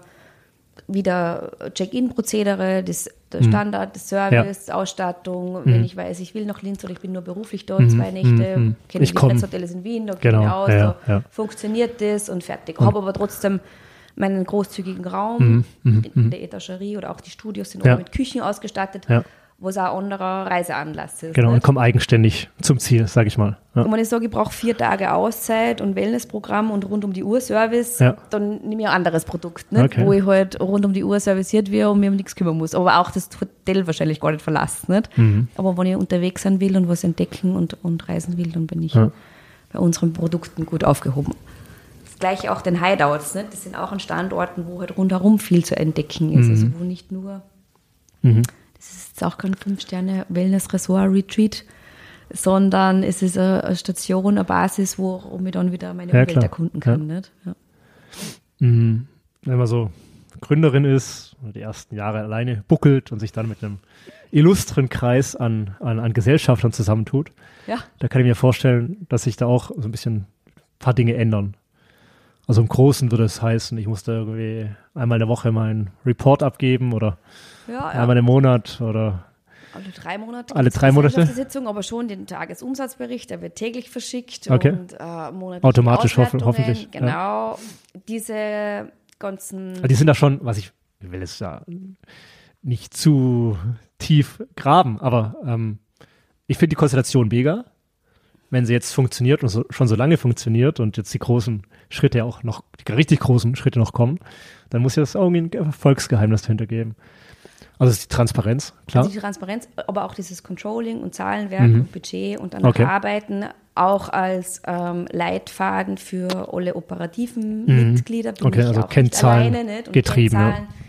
wieder Check-in-Prozedere, das, der Standard, das Service, ja. Ausstattung. Mhm. Wenn ich weiß, ich will nach Linz oder ich bin nur beruflich dort, mhm. zwei Nächte, mhm. kenne ich die Hotels in Wien, da genau. kenne ich aus, ja, da ja. funktioniert das und fertig. Habe aber trotzdem meinen großzügigen Raum mhm. in der Etagerie oder auch die Studios sind ja. auch mit Küchen ausgestattet, ja. wo es auch ein anderer Reiseanlass ist. Genau, nicht? und komm eigenständig zum Ziel, sage ich mal. Ja. Und wenn ich sage, ich brauche vier Tage Auszeit und Wellnessprogramm und rund um die Uhr Service, ja. dann nehme ich ein anderes Produkt, nicht? Okay. Wo ich halt rund um die Uhr serviciert werde und mir um nichts kümmern muss. Aber auch das Hotel wahrscheinlich gar nicht verlassen. Nicht? Mhm. Aber wenn ich unterwegs sein will und was entdecken und, und reisen will, dann bin ich ja. bei unseren Produkten gut aufgehoben. Das gleiche auch den Hideouts. Nicht? Das sind auch an Standorten, wo halt rundherum viel zu entdecken ist. Mhm. Also wo nicht nur... Mhm. Das ist jetzt auch kein Fünf-Sterne-Wellness-Resort-Retreat, sondern es ist eine Station, eine Basis, wo ich dann wieder meine ja, Umwelt klar. erkunden kann. Ja. Nicht? Ja. Mhm. Wenn man so Gründerin ist, die ersten Jahre alleine buckelt und sich dann mit einem illustren Kreis an, an, an Gesellschaftern zusammentut, ja. da kann ich mir vorstellen, dass sich da auch so ein bisschen ein paar Dinge ändern. Also im Großen würde es heißen, ich musste irgendwie einmal in der Woche meinen Report abgeben oder ja, ja. einmal im Monat oder alle drei Monate. Alle drei Monate? Sitzung, aber schon den Tagesumsatzbericht, der wird täglich verschickt okay. und äh, monatlich automatisch hoff- hoffentlich. Genau, ja. diese ganzen... Aber die sind da schon, was ich, ich will es ja nicht zu tief graben, aber ähm, ich finde die Konstellation mega. Wenn sie jetzt funktioniert und so, schon so lange funktioniert und jetzt die großen Schritte auch noch, die richtig großen Schritte noch kommen, dann muss ja das irgendwie ein Erfolgsgeheimnis dahinter geben. Also das ist die Transparenz, klar. Also die Transparenz, aber auch dieses Controlling und Zahlenwerk mhm. und Budget und danach okay. arbeiten, auch als ähm, Leitfaden für alle operativen mhm. Mitglieder. Bin okay, ich also auch Kennzahlen nicht alleine, nicht? Und getrieben. Kennzahlen, Ja.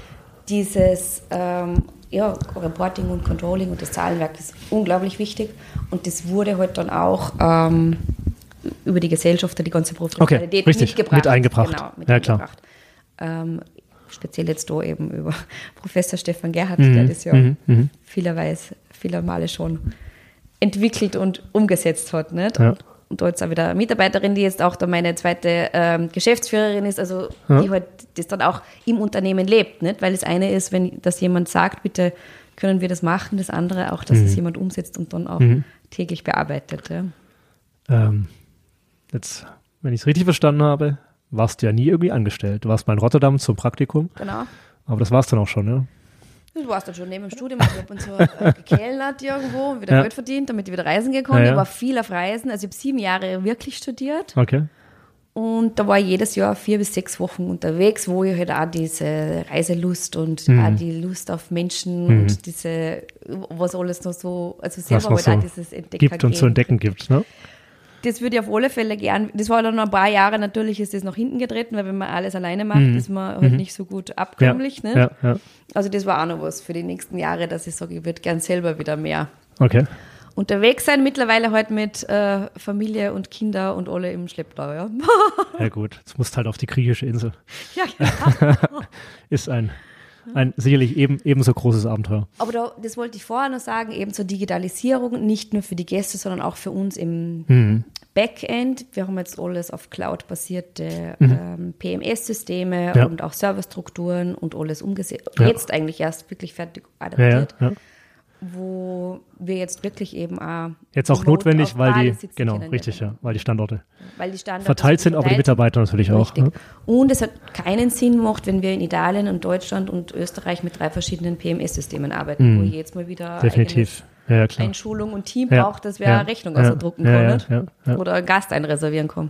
Dieses ähm, ja, Reporting und Controlling und das Zahlenwerk ist unglaublich wichtig und das wurde halt dann auch ähm, über die Gesellschafter die ganze Professionalität okay, richtig, mitgebracht. mit eingebracht. Genau, mit ja, eingebracht. Klar. Ähm, speziell jetzt da eben über Professor Stefan Gerhardt, mhm, der das ja mhm, vielerweise, vieler Male schon entwickelt und umgesetzt hat. Nicht? Ja. Und, und da jetzt auch wieder eine Mitarbeiterin, die jetzt auch da meine zweite ähm, Geschäftsführerin ist, also ja. die halt das dann auch im Unternehmen lebt. Nicht? Weil das eine ist, wenn dass jemand sagt, bitte können wir das machen. Das andere auch, dass mhm. es jemand umsetzt und dann auch mhm. täglich bearbeitet. Ja. Ähm, jetzt, wenn ich es richtig verstanden habe, warst du ja nie irgendwie angestellt. Du warst mal in Rotterdam zum Praktikum. Genau. Aber das war's dann auch schon, ja? Du warst dann schon neben dem Studium, ich habe uns so äh, gekellnert irgendwo, wieder ja. Geld verdient, damit ich wieder reisen gekommen. Ja, ja. Ich war viel auf Reisen, also ich habe sieben Jahre wirklich studiert. Okay. Und da war ich jedes Jahr vier bis sechs Wochen unterwegs, wo ich halt auch diese Reiselust und mhm. auch die Lust auf Menschen mhm. und diese, was alles noch so, also selber was halt so auch dieses Entdecker gibt und zu entdecken gibt, ne? Das würde ich auf alle Fälle gern, das war dann noch ein paar Jahre, natürlich ist das nach hinten getreten, weil wenn man alles alleine macht, mhm. ist man halt mhm. nicht so gut abkömmlich. Ja. Ne? Ja, ja. Also das war auch noch was für die nächsten Jahre, dass ich sage, ich würde gern selber wieder mehr okay. unterwegs sein. Mittlerweile halt mit äh, Familie und Kinder und alle im Schlepptau. Ja, ja gut, jetzt musst halt auf die griechische Insel. ja genau. Ist ein, ein sicherlich eben, ebenso großes Abenteuer. Aber da, das wollte ich vorher noch sagen, eben zur Digitalisierung, nicht nur für die Gäste, sondern auch für uns im Mhm. Backend. Wir haben jetzt alles auf Cloud-basierte Mhm. ähm, P M S-Systeme Ja. und auch Serverstrukturen und alles umgesetzt. Ja. Jetzt eigentlich erst wirklich fertig Ja, ja, adaptiert, ja. wo wir jetzt wirklich eben auch Jetzt auch remote notwendig, auf weil Bali die, sitzen genau, können. richtig, Ja, ja, weil die Standorte weil die Standorte verteilt sind, aber die verteilt Mitarbeiter natürlich auch. Richtig. Ne? Und es hat keinen Sinn gemacht, wenn wir in Italien und Deutschland und Österreich mit drei verschiedenen P M S-Systemen arbeiten, Mhm. wo ich jetzt mal wieder Definitiv. Ja, ja, klar. Einschulung und Team Ja. braucht, dass wir Ja. eine Rechnung Ja. ausdrucken Ja, können ja, nicht? ja, ja. Oder einen Gast einreservieren kann.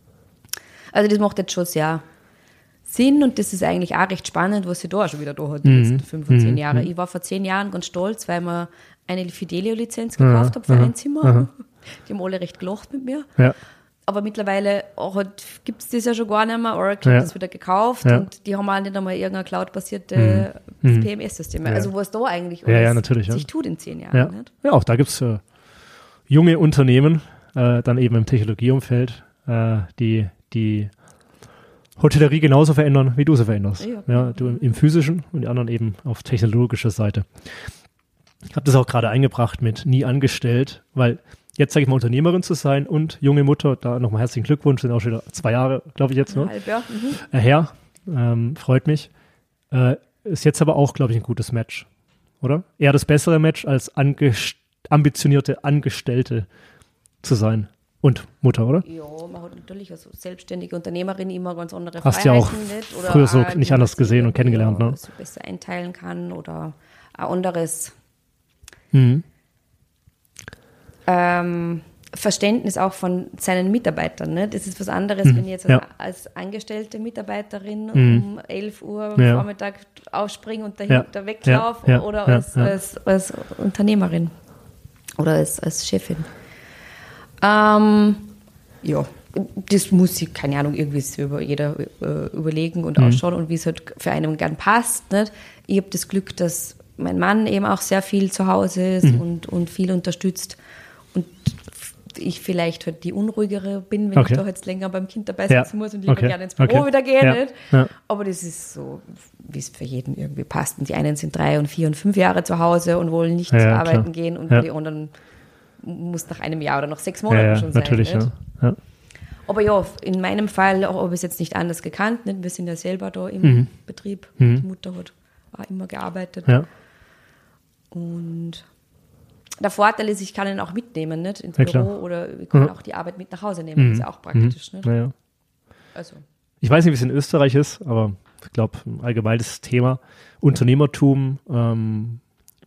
Also das macht jetzt schon sehr Sinn und das ist eigentlich auch recht spannend, was sie da auch schon wieder da hat, die Mhm. letzten fünf und zehn Mhm. Jahre. Ich war vor zehn Jahren ganz stolz, weil wir eine Fidelio-Lizenz gekauft Ja. haben für Aha. ein Zimmer. Aha. Die haben alle recht gelacht mit mir. Ja. Aber mittlerweile gibt es das ja schon gar nicht mehr. Oracle Ja. hat das wieder gekauft Ja. und die haben auch nicht einmal irgendeine cloud-basierte Mhm. P M S-Systeme. Ja. Also was da eigentlich Ja, ja, alles natürlich, ja. sich tut in zehn Jahren. Ja. Nicht? ja, auch da gibt es äh, junge Unternehmen, äh, dann eben im Technologieumfeld, äh, die die Hotellerie genauso verändern, wie du sie veränderst. Ja. Ja, du im, im physischen und die anderen eben auf technologischer Seite. Ich habe das auch gerade eingebracht mit nie angestellt, weil jetzt sage ich mal Unternehmerin zu sein und junge Mutter, da nochmal herzlichen Glückwunsch, sind auch schon wieder zwei Jahre, glaube ich jetzt, ne? Halb, ja. Mhm. Äh, her, ähm, freut mich. Äh, ist jetzt aber auch, glaube ich, ein gutes Match, oder? Eher das bessere Match, als angest- ambitionierte Angestellte zu sein. Und Mutter, oder? Ja, man hat natürlich als selbstständige Unternehmerin immer ganz andere Hast ja auch Freiheiten. Nicht? Oder früher so auch, nicht wie anders man gesehen sich und kennengelernt, ja, ne? so besser einteilen kann oder ein anderes Mhm. ähm, Verständnis auch von seinen Mitarbeitern. Ne? Das ist was anderes, Mhm. wenn ich jetzt Ja. als, als angestellte Mitarbeiterin Mhm. um elf Uhr am Ja. Vormittag aufspringe und dahinter Ja. weglaufe Ja. Ja. oder Ja. als, Ja. Als, als Unternehmerin oder als, als Chefin. Ähm, ja, das muss sich, keine Ahnung, irgendwie so über jeder äh, überlegen und Mhm. ausschauen und wie es halt für einen gern passt. Nicht? Ich habe das Glück, dass mein Mann eben auch sehr viel zu Hause ist Mhm. und, und viel unterstützt und ich vielleicht halt die unruhigere bin, wenn Okay. ich da jetzt länger beim Kind dabei Ja. sitzen muss und lieber Okay. gerne ins Büro Okay. wieder gehe. Ja. Nicht? Ja. Aber das ist so, wie es für jeden irgendwie passt. Und die einen sind drei und vier und fünf Jahre zu Hause und wollen nicht Ja, ja, arbeiten klar. gehen und Ja. die anderen muss nach einem Jahr oder nach sechs Ja, Monaten ja, schon sein. natürlich, Nicht? ja. ja. Aber ja, in meinem Fall habe ich es jetzt nicht anders gekannt. Nicht? Wir sind ja selber da im Mhm. Betrieb. Mhm. Die Mutter hat auch immer gearbeitet. Ja. Und der Vorteil ist, ich kann ihn auch mitnehmen, nicht? Ins Ja, Büro klar. oder ich kann Mhm. auch die Arbeit mit nach Hause nehmen. Mhm. Das ist ja auch praktisch. Mhm. Nicht? Ja, ja. Also, Ich weiß nicht, wie es in Österreich ist, aber ich glaube, ein allgemeines Thema Unternehmertum ähm,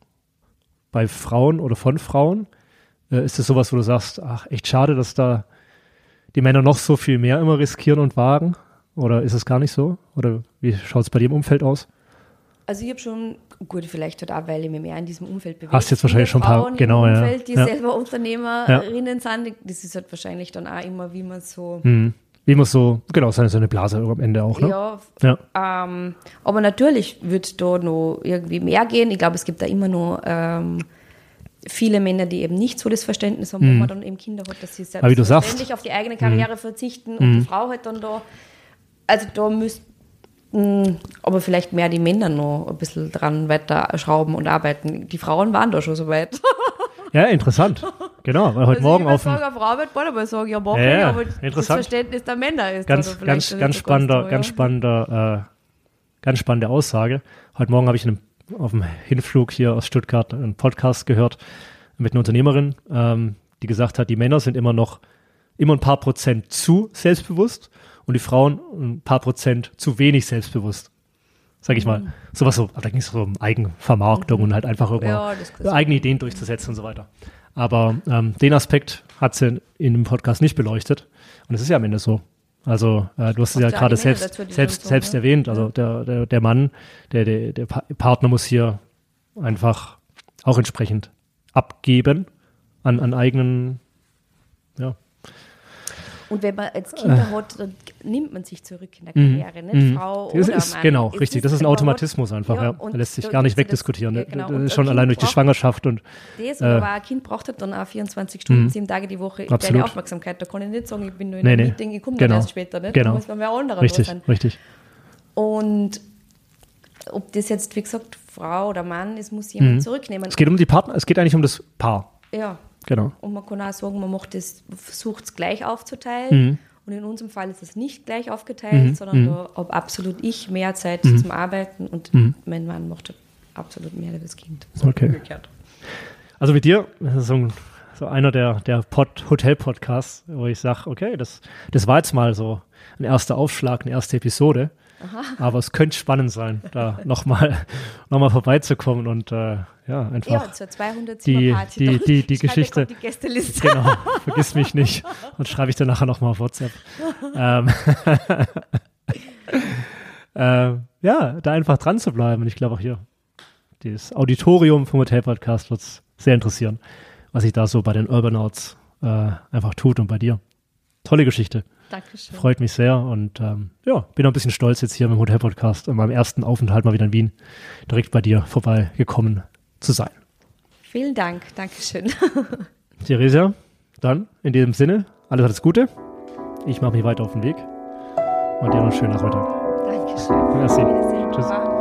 bei Frauen oder von Frauen. Äh, ist es sowas, wo du sagst, ach, echt schade, dass da die Männer noch so viel mehr immer riskieren und wagen? Oder ist es gar nicht so? Oder wie schaut es bei dir im Umfeld aus? also ich habe schon, gut, vielleicht halt auch, weil ich mich mehr in diesem Umfeld bewege. Hast jetzt wahrscheinlich Viele schon ein paar- Frauen genau, im ja. Umfeld, die Ja. selber Unternehmerinnen sind. Das ist halt wahrscheinlich dann auch immer, wie man so... Hm. Wie man so, genau, so eine, so eine Blase am Ende auch, ne? Ja, Ja. Ähm, aber natürlich wird da noch irgendwie mehr gehen. Ich glaube, es gibt da immer noch ähm, viele Männer, die eben nicht so das Verständnis haben, wo man dann eben Kinder hat, dass sie Aber wie du sagst. selbstverständlich auf die eigene Karriere verzichten und die Frau halt dann da, also da müssten aber vielleicht mehr die Männer noch ein bisschen dran weiter schrauben und arbeiten. Die Frauen waren da schon so weit. Ja, interessant. Genau, weil heute Also Morgen ich auf dem würde sagen, auf Arbeit wollen wir sagen, ja, mache Ja, ich, ja, aber das interessant. Verständnis der Männer ist ganz, da vielleicht ganz, nicht ganz so spannender, so, ganz ja. spannender, äh, ganz spannende Aussage. Heute Morgen habe ich in einem auf dem Hinflug hier aus Stuttgart einen Podcast gehört mit einer Unternehmerin, ähm, die gesagt hat, die Männer sind immer noch immer ein paar Prozent zu selbstbewusst und die Frauen ein paar Prozent zu wenig selbstbewusst. Sag ich mal. Sowas so, da ging es so um Eigenvermarktung mhm. und halt einfach irgendwann ja, eigene Ideen durchzusetzen und so weiter. Aber ähm, den Aspekt hat sie in dem Podcast nicht beleuchtet. Und es ist ja am Ende so. Also äh, du hast es ja gerade selbst, selbst, so, selbst ne? erwähnt. Also der, der, der Mann, der, der, der Partner muss hier einfach auch entsprechend abgeben an, an eigenen, ja. Und wenn man jetzt Kinder hat, dann nimmt man sich zurück in der Karriere, nicht mhm. Frau das oder ist, Mann. Genau, es richtig. Das ist ein Automatismus einfach. Ja, ja. Da lässt sich da gar nicht wegdiskutieren. Das, ja, genau. das ist schon allein durch die Schwangerschaft. Und das, aber äh, ein Kind braucht halt dann auch vierundzwanzig Stunden, mhm. sieben Tage die Woche Absolut. deine Aufmerksamkeit. Da kann ich nicht sagen, ich bin nur in nee, einem nee. Meeting, ich komme genau. dann erst später. Nicht? Genau. Da muss man mehr anderer richtig, sein. Richtig, Und ob das jetzt, wie gesagt, Frau oder Mann ist, muss jemand mhm. zurücknehmen. Es geht um die Partner, es geht eigentlich um das Paar. Ja. Genau. Und man kann auch sagen, man macht das, versucht es gleich aufzuteilen. Mhm. Und in unserem Fall ist es nicht gleich aufgeteilt, mhm. sondern mhm. da habe absolut ich mehr Zeit mhm. zum Arbeiten und mhm. mein Mann macht absolut mehr für das Kind. So okay. Umgekehrt. Also mit dir, das ist so, ein, so einer der, der Pod, Hotel-Podcasts, wo ich sage, okay, das, das war jetzt mal so ein erster Aufschlag, eine erste Episode. Aha. Aber es könnte spannend sein, da nochmal noch mal vorbeizukommen und äh, ja, einfach ja, zur zweihundert die, die, die, die Geschichte. Die Gästeliste. Genau, vergiss mich nicht und schreibe ich dir nachher nochmal auf WhatsApp. ähm, äh, ja, da einfach dran zu bleiben. Und ich glaube auch hier, das Auditorium vom Hotel-Podcast wird es sehr interessieren, was sich da so bei den Urbernauts äh, einfach tut und bei dir. Tolle Geschichte. Dankeschön. Freut mich sehr und ähm, ja, bin auch ein bisschen stolz jetzt hier mit dem Hotel-Podcast an meinem ersten Aufenthalt mal wieder in Wien direkt bei dir vorbeigekommen zu sein. Vielen Dank, Dankeschön. Theresia, dann in diesem Sinne, alles alles Gute. Ich mache mich weiter auf den Weg und dir noch einen schönen Nachmittag. Dankeschön. Merci. Tschüss.